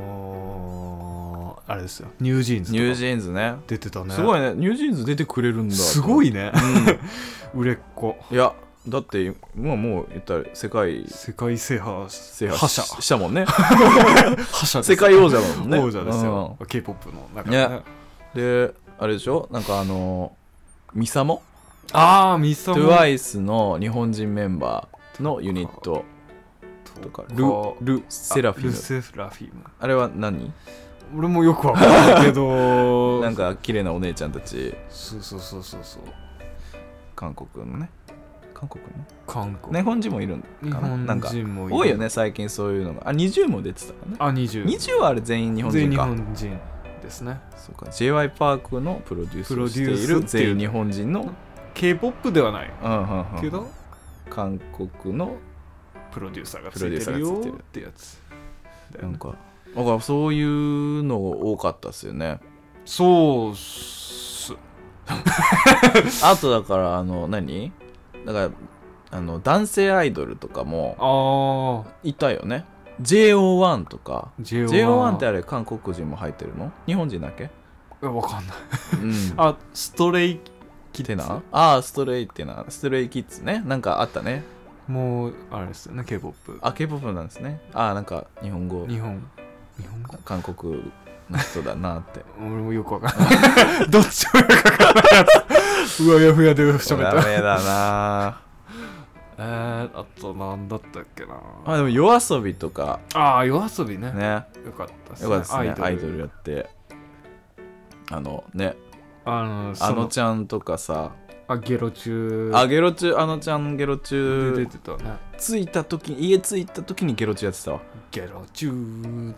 のー、あれですよ、ニュージーンズとかニュージーンズね出てたね。 すごいね、ニュージーンズ出てくれるんだ。 すごいね、うん、売れっ子。 いやだってもうもう言ったら世界世界制覇制覇したもんね覇者世界王者だもんね。 王者ですよ、うん、K-ポップ の中でね。 であれでしょ、なんかあのミサモああミサモトゥワイス の日本人メンバーのユニットとかルルセラフィム。 ルセラフィムあれは何？ 俺もよくわかんないけどなんか綺麗なお姉ちゃんたち。 そうそうそうそうそう、 韓国のね、韓国の韓国日本人もいるんかな。 日本なんか人もいる。 多いよね最近そういうのが。あにじゅうも出てたからね。 あにじゅう。 にじゅうはあれ全員日本人か。 全員日本人ですね。 そうか ジェイワイ パークのプロデュースをしている全員日本人の K-ポップ ではない、 うんうんうん、 けど韓国のプロデューサーがついてるよってやつだよ、ね、 なんかだからそういうの多かったっすよね。 そうっすあとだからあの何だからあの男性アイドルとかもいたよね。 ジェイオーワン とか ジェイオーワン ってあれ韓国人も入ってるの？日本人だっけ？ いやわかんない、うん、 あストレイキッズなあストレイってなストレイキッズね、なんかあったね。 もうあれですよね K-ポップ。 あ K-ポップ なんですね。あなんか日本語日本日本語韓国の人だなって俺もよくわかんないどっちもよくわかんないやつうわやふやで喋ったダメだなえー、あとなんだったっけなあでも夜遊びとか。 ああ夜遊びねねよかったですね。よかったですねアイドル、アイドルやってあのねあのあのちゃんとかさあゲロ中あゲロ中あのちゃんゲロ中出てたね。 着いた時家着いた時にゲロ中やってたわ。 ゲロ中うん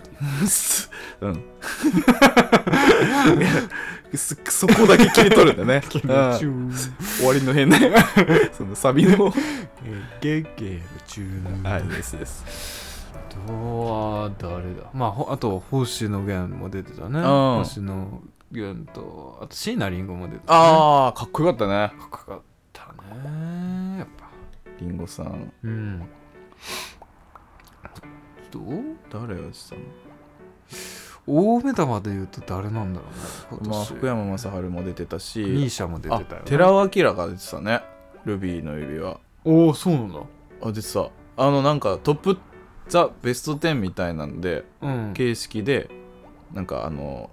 そ, そこだけ切り取るんだねゲロ中、うん、 終わりの辺ねそのサビのゲゲロ中はいですですあとは誰だまああと星野源も出てたね、うん、星野源とあと椎名林檎も出てたね。 ああかっこよかったね。 かっこよかったねやっぱ林檎さん。 うんどう誰がしたの？ 大目玉で言うと誰なんだろうね。 まあ、福山雅治も出てたしミーシャも出てたよ、ね、 寺尾明が出てたね。ルビーの指輪。 おおそうなんだ。 あ出てた。あのなんかトップザベストテンみたいなんで、うん、形式でなんかあの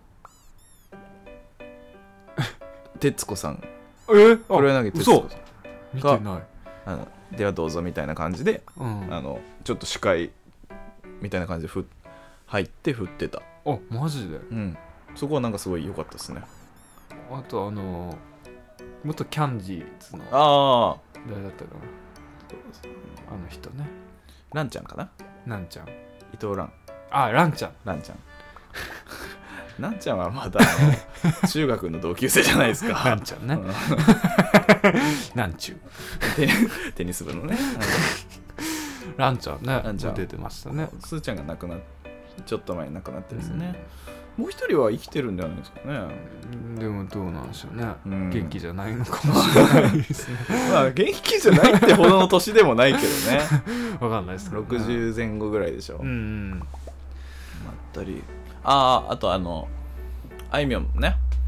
徹子さんえ黒柳徹子さん見てないあのではどうぞみたいな感じで、うん、あのちょっと司会みたいな感じでふ入って振ってた。 あマジで。 うんそこはなんかすごい良かったですね。 あとあの元キャンディーズのああ誰だったかなあの人ねランちゃんかな。 なんちゃん伊藤蘭。 あランちゃんランちゃんランちゃんはまだ中学の同級生じゃないですかランちゃんねなんちゅうテニス部のねランちゃんねランちゃん出てましたね。 スーちゃんが亡くなっちょっと前に亡くなってるんですね、うん、もう一人は生きてるんじゃないですかね。 でもどうなんでしょうね、うん、元気じゃないのかもしれないですねまあ元気じゃないってほどの年でもないけどねわかんないですけど、ね、 ろくじゅうぜん後ぐらいでしょ。 うん、うん、 まったりあああとあのあいみょんね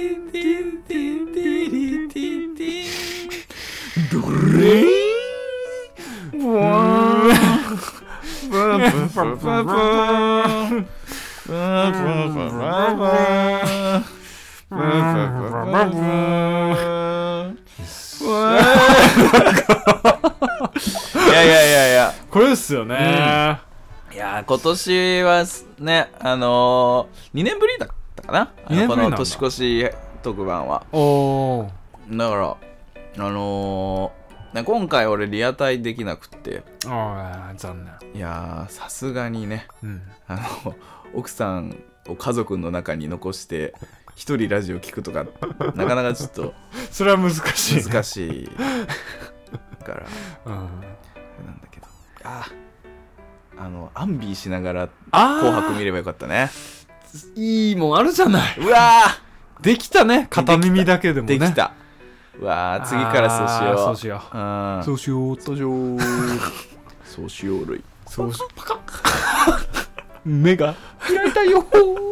ンティンティンティリティンティンドレインわーババババババいやいやいやいやこれですよね、 うん、いや今年はねあのー、にねんぶりだったかなにねんぶりなんだこの年越し特番は。 おーだからあのー、今回俺リアタイできなくってあー残念。 いやさすがにね、 うん、 あの奥さんを家族の中に残して一人ラジオ聞くとかなかなかちょっとそれは難しい、ね、 難しいから、 うん、 なんだけどああのアンビーしながらあ紅白見ればよかったね。 いいもんあるじゃない。 うわできたね片耳だけでもね。 できた。うわ次からそうしよう。 そうしよう。 うんそうしよう。 そうしよう。そうしよう類。 そうしパカッ目が開いたよ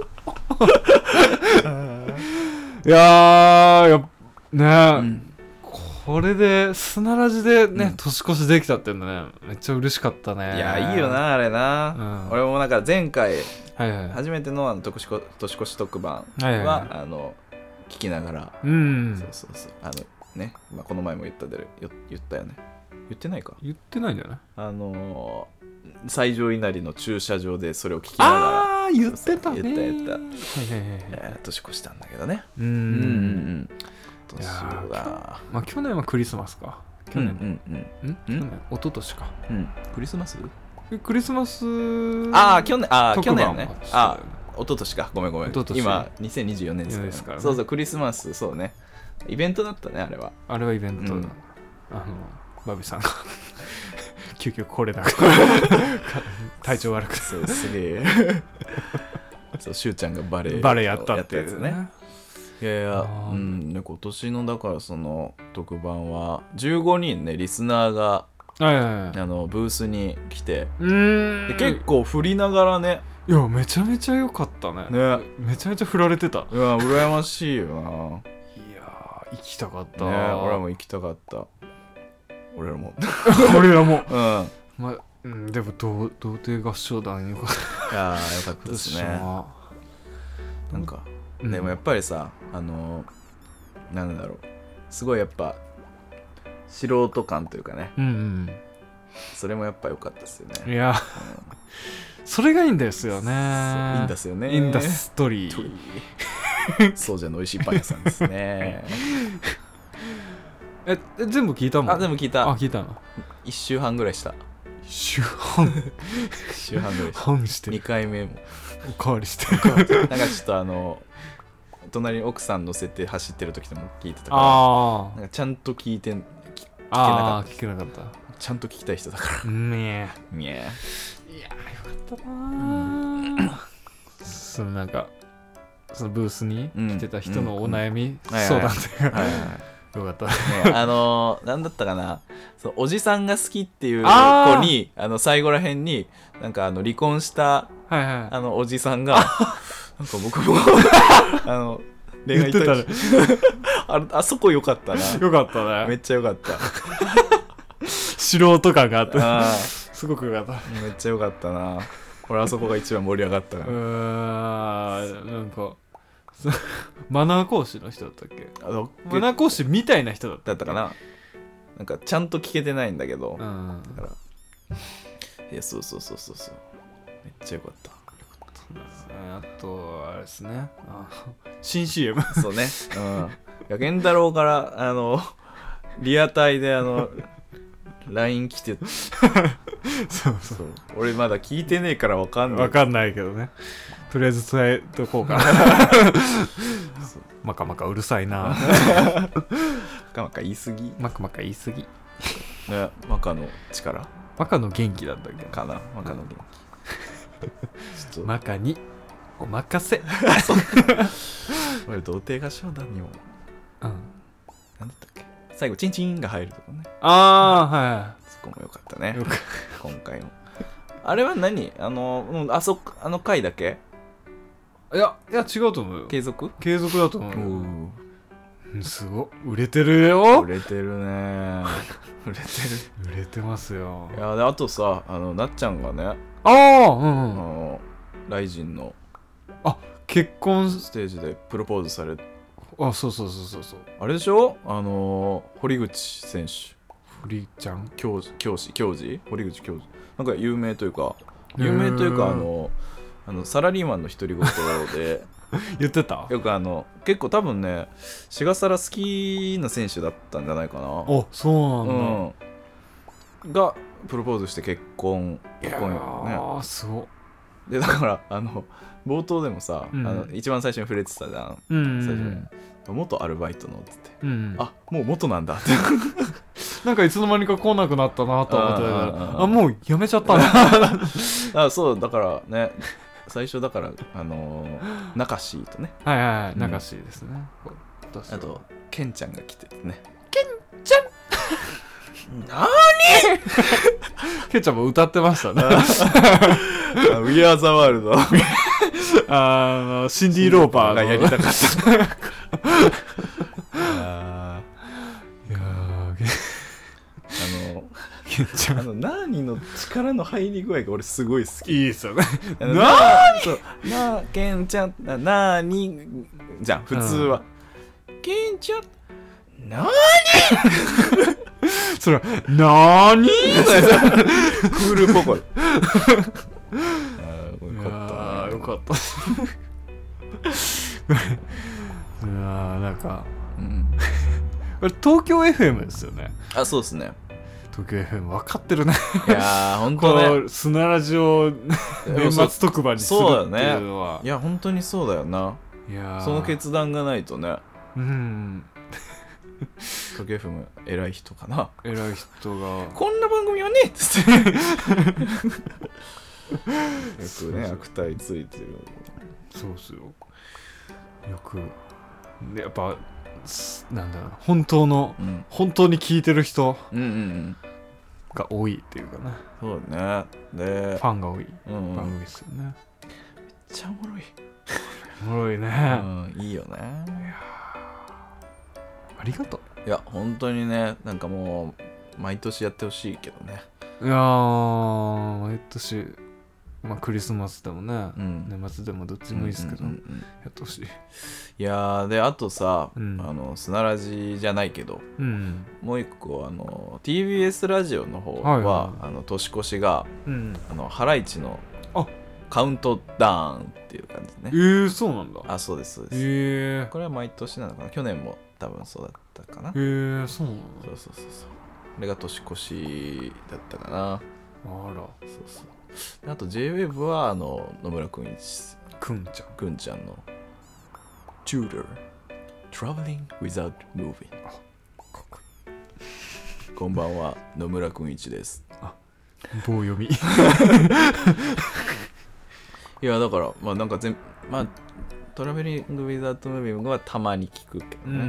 いやーやね、うん、これで砂ラジでね、うん、年越しできたっていうのねめっちゃ嬉しかったね。 いやいいよなあれな、うん、俺もなんか前回、はいはい、初めてのあの年越し特番は、はいはいはい、あの聞きながら、うん、そうそうそうあのね、まあ、この前も言ったで言ったよね。言ってないか言ってないんじゃない。 あのー最上稲荷の駐車場でそれを聞きながらああ言ってたね。 言った言った、はいはいはい、年越したんだけどね。うんうんうん年はまあ去年はクリスマスか。去年うんうんうんん去年一昨年か、うん、 クリスマスクリスマスああ去年ああ去年ねあ一昨年かごめんごめん今にせんにじゅうよねんですから、ですからね、そうそうクリスマスそうねイベントだったねあれはあれはイベントだ、うん、あのバビさんが急遽これだから体調悪くてそうすげえそうしゅうちゃんがバレエバレエやったってやつね。 いやいや、うんね、今年のだからその特番はじゅうごにんねリスナーが、はいはいはい、あのブースに来てうーんで結構振りながらねいやめちゃめちゃ良かった ね, ねめちゃめちゃ振られてた。 いや羨ましいよないや行きたかった、 ね、俺も行きたかった俺らも俺らも、うんまうん、でも童貞合唱団よかった。 いやよかったですね。なんか、うん、でもやっぱりさあのなんだろうすごいやっぱ素人感というかね、うんうん、それもやっぱ良かったですよね。 いや、うん、それがいいんですよね。 いいんですよね。 インダストリーそうじゃの美味しいパン屋さんですねえ全部聞いたもん。 あ全部聞いた。 あ聞いたのいっしゅうはんぐらいした。 いっしゅうはんいっしゅうはんぐらいした半してる。 にかいめもおかわりしてるなんかちょっとあの隣に奥さん乗せて走ってる時でも聞いてたからあなんかちゃんと聞いて聞けなかった。 聞けなかった。 ちゃんと聞きたい人だからねえねえいやーよかったなー、うん、そのなんかそのブースに来てた人のお悩み相談というかよかったねあのー、なんだったかなそうおじさんが好きっていう子にあの最後らへんになんかあの離婚した、はいはい、あのおじさんがなんか僕もあの恋愛対象あ, あそこよかったなよかったねめっちゃよかった素人感があってあすごくよかっためっちゃよかったな俺あそこが一番盛り上がったなうーんなんかマナー講師の人だったっけあのマナー講師みたいな人だっただったかななんかちゃんと聞けてないんだけど、うん、だからいやそうそうそうそうそうめっちゃよかったあとあれですねあ新 シーエムそうねうんいや源太郎からあのリアタイであの ライン 来てそうそう俺まだ聞いてねえから分かんない分かんないけどねとりあえず伝えとこうかなマカマカうるさいなマカマカ言い過ぎマカマカ言い過ぎねマカの力マカの元気だったっけかなマカの元気ちょっとマカにお任せ俺童貞合唱団にもうんなんだったっけ最後チンチンが入るとこねああはいそこもよかったね今回もあれは何あのあそあの回だけいやいや違うと思うよ継続継続だと思うよすごい売れてるよ売れてるね売れてる売れてますよいやであとさあのなっちゃんがねああうん、うん、あのライジンのあ結婚ステージでプロポーズされあそうそうそうそうそうあれでしょあの堀口選手堀ちゃん教師教師教授堀口教授なんか有名というか有名というかあのあのサラリーマンの独り言で言ってたよくあの結構多分ねシガサラ好きな選手だったんじゃないかなあそうなんだ、 うん、がプロポーズして結婚結婚よねあすごでだからあの冒頭でもさ、うん、あの一番最初に触れてたじゃん、うんうん、最初に元アルバイトのって言って、うん、あもう元なんだってなんかいつの間にか来なくなったなと思ってああもうやめちゃったなあそうだからね最初だからあのー、中椎とねはいはいはい、うん、中椎ですねあとケンちゃんが来ててねケンちゃんなーにケンちゃんも歌ってましたね We Are the World あのシンディ・ローパーがやりたかったあいやあのあのナーニの力の入り具合が俺すごい好きいいですよねナーニなーケンちゃんなーにじゃん普通は、うん、ケンちゃんなーにそれなーにクールポコイあよかったいやなんか、うん、これ東京 エフエム ですよねあそうですね東京 エフエム 分かってるねいやーほんとね砂ラジオ年末特番にするっていうのはそうだねいや本当にそうだよないやその決断がないとねうん東京 エフエム 偉い人かな偉い人がこんな番組はねっつってよくね悪態ついてるそうっすよよくやっぱなんだろう本当の、うん、本当に聞いてる人が多いっていうかな、 そうねでファンが多い番組ですよね、うんうん、めっちゃおもろいおもろいね、 うん、いいよねいやありがとういや本当にねなんかもう毎年やってほしいけどねいやー毎年まあクリスマスでもね、うん、年末でもどっちもいいですけど、うんうんうんうん、やってほしいいやであとさ、うん、あの砂ラジじゃないけど、うん、もう一個あの ティービーエス ラジオの方は、はいはい、あの年越しが、うん、あのハライチのカウントダウンっていう感じねえー、そうなんだあそうですそうです、 えー、 これは毎年なのかな去年も多分そうだったかなへえー、そうなんだそうそうそうそうこれが年越しだったかなあらそうそうあと J-ウェーブ はあの野村くんいちくんちゃんくんちゃんの Tudor Traveling Without Moving あかっこいいこんばんは野村くんいちです。 棒読みいやだからまあなんか全まあトラベリング・ウィザード・ムービーはたまに聞くけどね、うん、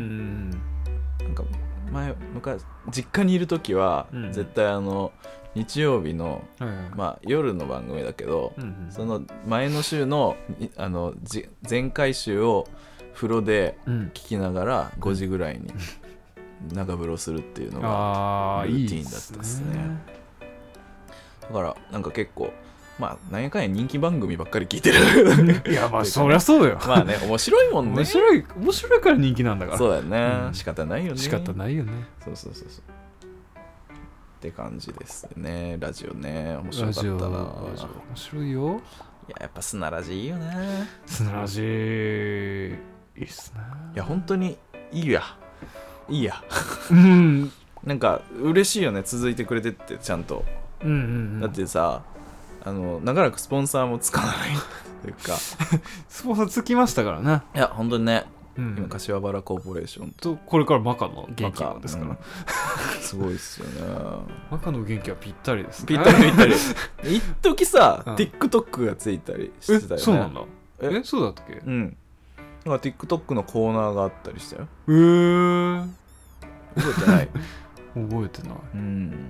なんか前昔実家にいる時は、うん、絶対あの日曜日の、はいはい、まあ、夜の番組だけど、うんうん、その前の週の、あの前回週を風呂で聞きながらごじぐらいに長風呂するっていうのがルーティーンだったですね。いいですね。だからなんか結構まあ何やかんや人気番組ばっかり聞いてるいやまあそりゃそうよ。 まあね面白いもんね。 面白い面白いから人気なんだから。 そうだよね、うん、仕方ないよね。 仕方ないよね。 そうそうそうそうって感じですね。ラジオね面白かったな。ラジオ面白いよ。 いややっぱ砂ラジいいよね。 砂ラジいいっすね。 いや本当にいいやいいやうんなんか嬉しいよね続いてくれてってちゃんと、うんうんうん、だってさあの長らくスポンサーもつかないというかスポンサーつきましたからね。 いや本当にね、うん、今柏原コーポレーションとこれからマカの元気ですから、うん、 すごいっすよね。 マカの元気はぴったりですね。 ぴったりぴったり一時さ、うん、TikTok がついたりしてたよね。 えそうなんだ。ええそうだったっけ。 うんなんか TikTok のコーナーがあったりしたよ。 へー覚えてない覚えてない。 うん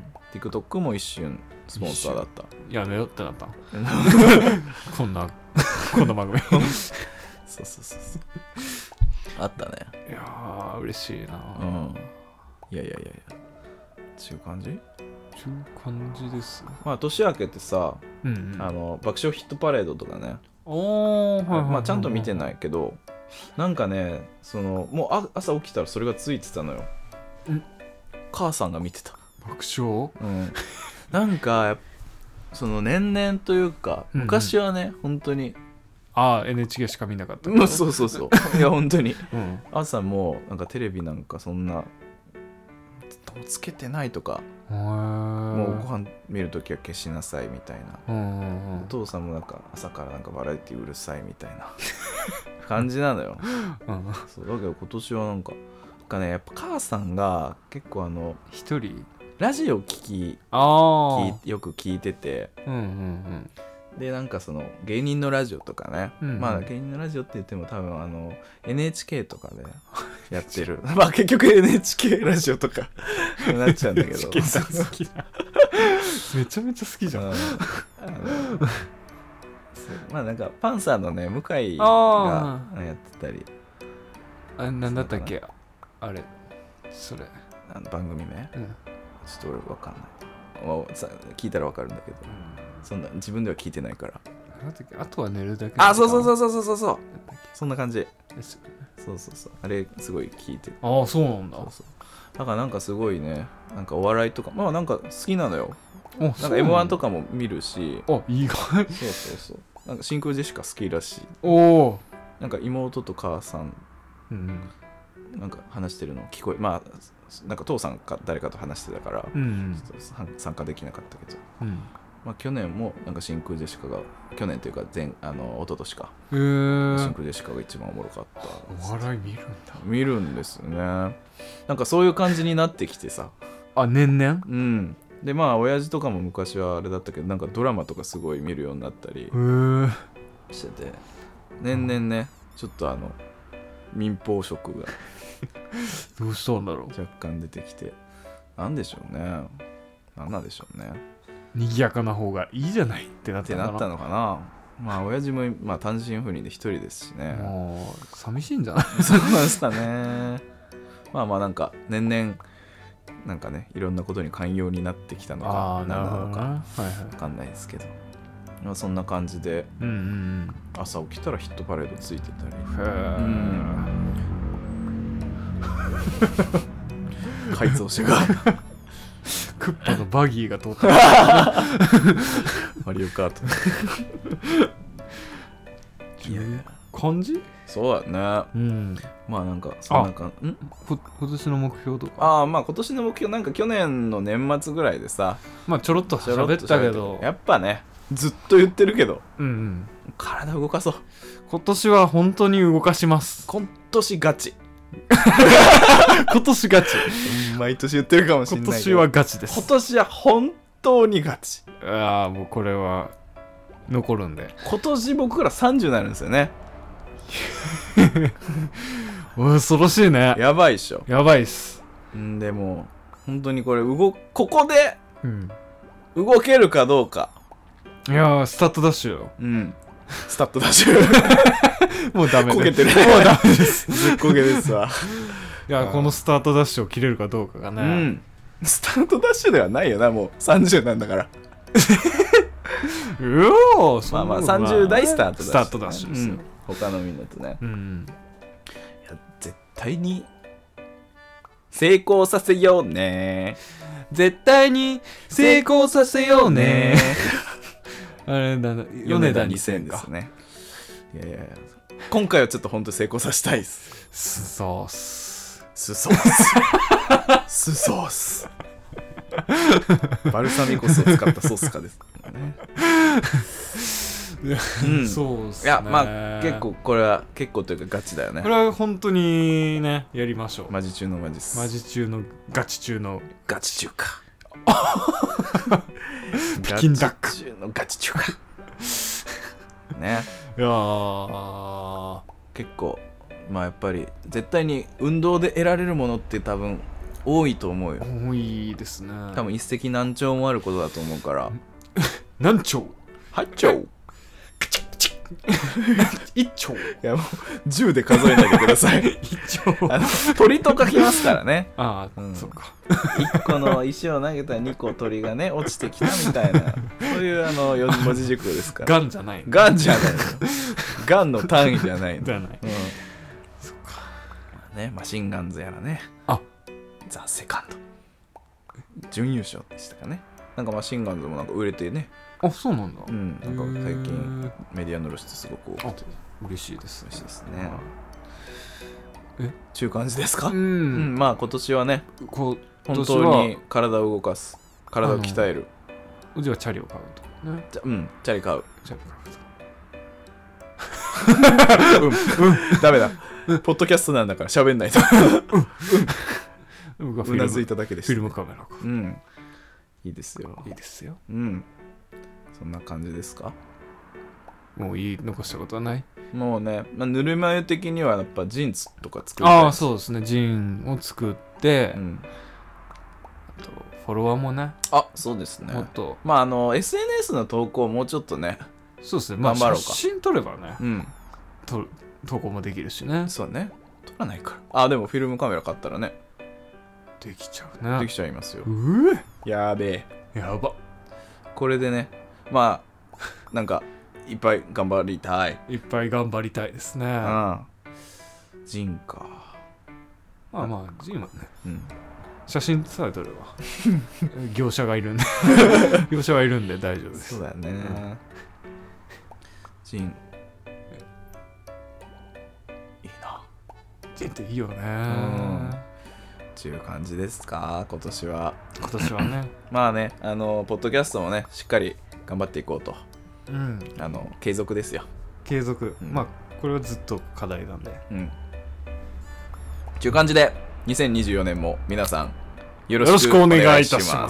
TikTok も一瞬スポンサーだった。 やめよってなったこんなこんな番組そうそうそうそうあったね。 いやー嬉しいな、 うん、いやいやいやいやちゅう感じちゅう感じです。 まあ年明けてさ、うんうん、あの爆笑ヒットパレードとかねおー、はいはいはいはい、 まあちゃんと見てないけどなんかねそのもうあ朝起きたらそれがついてたのよ。ん母さんが見てた爆笑、 うん、なんかその年々というか昔はね、うんうん、本当にああ エヌエイチケー しか見なかった。 そうそうそういや本当に、うん、朝もなんかテレビなんかそんなつけてないとかもうご飯見るときは消しなさいみたいな、うんうんうん、お父さんもなんか朝からなんかバラエティうるさいみたいな感じなのよ、うん、そうだけど今年はなんかなんかねやっぱ母さんが結構あの一人ラジオ聞きあ聞よく聞いてて、うんうんうんでなんかその芸人のラジオとかね、うんうん、まあ芸人のラジオって言っても多分あの エヌエイチケー とかでやってるまあ結局 エヌエイチケー ラジオとかなっちゃうんだけど好きなめちゃめちゃ好きじゃん、うん、あのまあなんかパンサーのね向井がやってたりあれなんだったっけあれそれあの番組名、うん、ちょっと俺分かんないまあ、さ聞いたら分かるんだけど、うん、そんな自分では聞いてないからあとは寝るだけ。 あそうそうそうそうそうそうそんな感じそうそうそうあれすごい聞いてああそうなんだ。 そうそうだからなんかすごいねなんかお笑いとかまあなんか好きなのよ。なんか エムワン とかも見るしあ意外そうそうそうなんか真空ジェシカ好きらしい。 おおなんか妹と母さん、うんうん、なんか話してるの聞こえまあなんか父さんか誰かと話してたから、うんうん、ちょっと参加できなかったけど、うんまあ、去年もなんか真空ジェシカが去年というか前あの一昨年かへー真空ジェシカが一番おもろかった。 お笑い見るんだ。 見るんですよね。なんかそういう感じになってきてさあ年々 うんでまあ親父とかも昔はあれだったけどなんかドラマとかすごい見るようになったりしてて年々ねちょっとあの民放色がどうしたんだろう若干出てきてなんでしょうねなんなんでしょうね賑やかな方がいいじゃないってなったのかな。 ってなったのかな。まあ親父も、まあ、単身赴任で一人ですしねもう寂しいんじゃないそうなんですかねまあまあなんか年々なんかねいろんなことに寛容になってきたのか何なのか、はいはい、分かんないですけど、まあ、そんな感じで、うんうんうん、朝起きたらヒットパレードついてたりへー、うん改造車がクッパのバギーが通ったマリオカートいやいや感じそうだね、うん、まあなんかそんなかんこ今年の目標とかああまあ今年の目標なんか去年の年末ぐらいでさまあちょろっと喋ったけどやっぱねずっと言ってるけど、うんうん、体動かそう。 今年は本当に動かします。 今年ガチ今年ガチ。 毎年言ってるかもしれないけど、 今年はガチです。 今年は本当にガチ。 ああ、もうこれは残るんで。 今年僕らさんじゅうになるんですよね。 恐ろしいね。 やばいっしょ。 やばいっす。 んでも本当にこれ動ここでうん。 動けるかどうか。 いやー、スタートダッシュよ。 うんスタッドダッシュもうダメこけてる。 もうダメです。 ずっこけですわ。 いや、このスタートダッシュを切れるかどうかがね。 うん。スタートダッシュではないよな、もうさんじゅうなんだから。 うおー、 まあまあさんじゅう代スタートダッシュ、 スタートダッシュですよ。 うん、他のみんなとね。 うん。 いや、絶対に成功させようね。 絶対に成功させようね。あれだな、米田にせんか。 ですね。いやいやいや、今回はちょっと本当に成功させたいです。 すそうっす。 すそうっす。すそうっす。バルサミコ酢を使ったソースかですね。うん、 そうっすね。 いや、まあ結構これは結構というかガチだよね。 これは本当にね、やりましょう。 マジ中のマジっす。 マジ中のガチ中のガチ中か。 ピキンダックガチ中のガチ中か。ね。 いやー、 結構まあやっぱり絶対に運動で得られるものって多分多いと思うよ。 多いですね。 多分一石何鳥もあることだと思うから。 何丁はっちょう一丁。 いやもう銃で数えないでください。 一丁。 あの鳥とか来ますからね。 ああ、 うん、 そっか。 いっこの石を投げたらにこ鳥がね落ちてきたみたいな、そういうあの四文字熟語ですから。 ガンじゃない。 ガンじゃないの。ガンの単位じゃないの。 じゃない。 うん、 そっか。 ね、マシンガンズやらね。 あ、 ザ・セカンド準優勝でしたかね。なんかマシンガンズもなんか売れてね。 あ、そうなんだ。 うん、なんか最近メディアの露出すごく多くて嬉しいです。 嬉しいですね。 え、 ちゅう感じですか。 ううん、 ん。 まあ今年はね、 こう本当に体を動かす、体を鍛える。 うちはチャリを買うとね。 じゃ、うん、チャリ買う。 チャリ買うと。 うん、うん、ダメだ。ポッドキャストなんだから喋んないと。 うん。ううなずいただけでした。 フィルムカメラか。 うん。いいですよ。 いいですよ。 うん。そんな感じですか。 もう言い残したことはない。 もうね、まあ、ぬるま湯的にはやっぱジンツとか作りたい。 ああ、そうですね。ジンを作って、 うん、 あとフォロワーもね。 あ、そうですね。 もっと。 まああの エスエヌエス の投稿もうちょっとね。 そうですね。まあ頑張ろうか。 写真撮ればね。 うん。 と投稿もできるしね。 そうね。撮らないから。あ、でもフィルムカメラ買ったらね。 できちゃうね。 できちゃいますよ。 うえ。 やべえ。 やば。 これでね、まあなんかいっぱい頑張りたい。 いっぱい頑張りたいですね。 うん。ジンか。 まあまあ、ジンはね、 うん、 写真さえ撮れば業者がいるんで業者がいるんで大丈夫です。 そうだよね、うん、ジンいいな。 ジンっていいよね。 うんっていう感じですか、今年は。 今年はねまあね、あのポッドキャストもねしっかり頑張っていこうと、 うん、 あの継続ですよ。 継続、 うん、 まあこれはずっと課題なんで、 うんっていう感じでにせんにじゅうよねんも皆さんよろしくお願いいたします。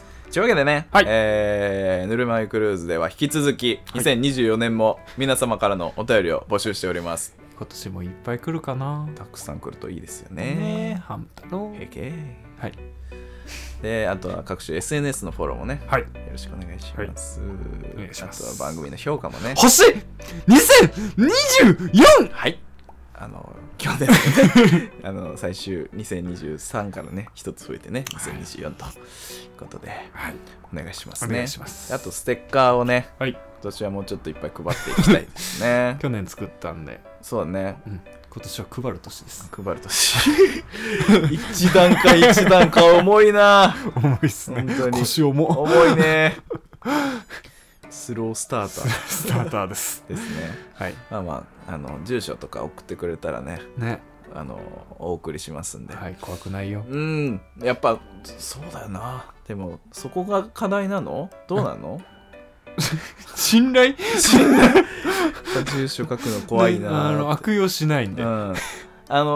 というわけでね、 はい、 えー、ぬるま湯クルーズでは引き続きにせんにじゅうよねんも皆様からのお便りを募集しております。 今年もいっぱい来るかな。 たくさん来るといいですよねね。 ハム太郎。 へけー。 はい。 で、あとは各種 エスエヌエス のフォローもね、 はい、 よろしくお願いします。 はい、お願いします。 あとは番組の評価もね。 星にせんにじゅうよん。 はい。あの去年ねあの最終にせんにじゅうさんからね一つ増えてねにせんにじゅうよんということで、はい、お願いしますね。 お願いします。 あとステッカーをね、はい、今年はもうちょっといっぱい配っていきたいですね。 去年作ったんで。 そうだね、 うん、今年は配る年です。 配る年一段階一段階重いな。 重いっすね。 本当に腰重重いね。スロースタータースターターですですね。はい。まあまあ、あの住所とか送ってくれたらね、ね、あのお送りしますんで。 はい、怖くないよ。 うん、やっぱそうだよな。でもそこが課題なの？どうなの？ 信頼？ 信頼。住所書くの怖いな。 あの悪用しないんで。 うん。あの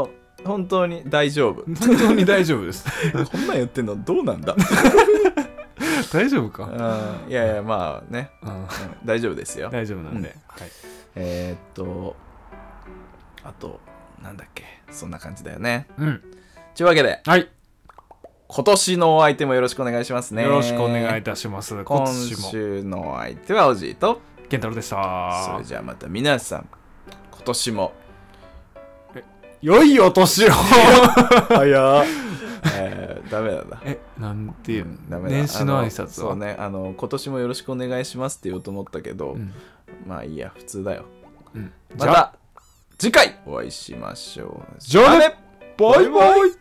本当に大丈夫。 本当に大丈夫ですこんなん言ってんのどうなんだ大丈夫か。 うん、いやいやまあね、 うん、 うん、大丈夫ですよ。 大丈夫なんで、 うん、 はい、 えー、っとあとなんだっけ、そんな感じだよね。 うんというわけで、 はい、 今年のお相手もよろしくお願いしますね。 よろしくお願いいたします。今今年も週のお相手はおじいと健太郎でしそた。 れじゃあまた皆さん今年も良いお年を早っえー、ダメだな。 え、なんていう、 うん、ダメだ。 年始の挨拶はそうね、あの今年もよろしくお願いしますって言おうと思ったけど、 うん、 まあいいや、普通だよ。 うん、 また次回お会いしましょう。 じゃあね、バイバイ。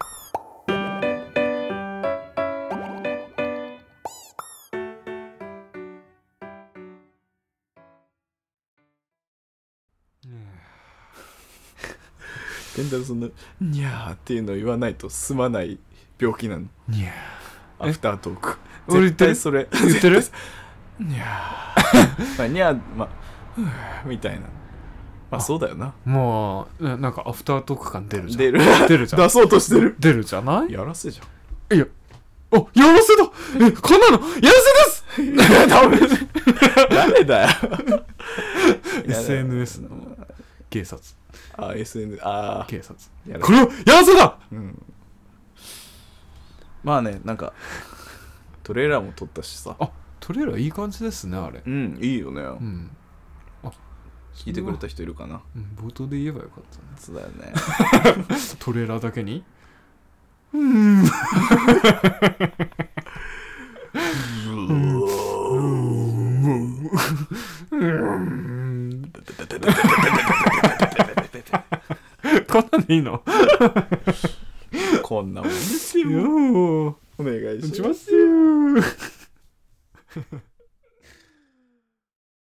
健太郎そんなにゃーっていうのを言わないと済まない病気なの。 にゃーアフタートーク。 俺言ってる、 それ言ってるにゃーまあにゃーまあみたいな。まあそうだよな。 もうなんかアフタートーク感出るじゃん。 出る出るじゃん。 出そうとしてる。 出るじゃない。 やらせじゃん。 いや、あ、やらせだ。え、こんなのやらせです。 ダメ誰だよエスエヌエス の警察。 あ、エスエヌエス、あ警察。 やらこれはやらせだ。 うん。まあね、なんかトレーラーも撮ったしさ。 あ、トレーラーいい感じですね、あれ。 うん、いいよね。 うん。あ、 聞いてくれた人いるかな。 うん、冒頭で言えばよかったね。 そうだよね。 トレーラーだけに。うーん。こんなんでいいの？ こんなもんですよ。 お願いします。 しますよ。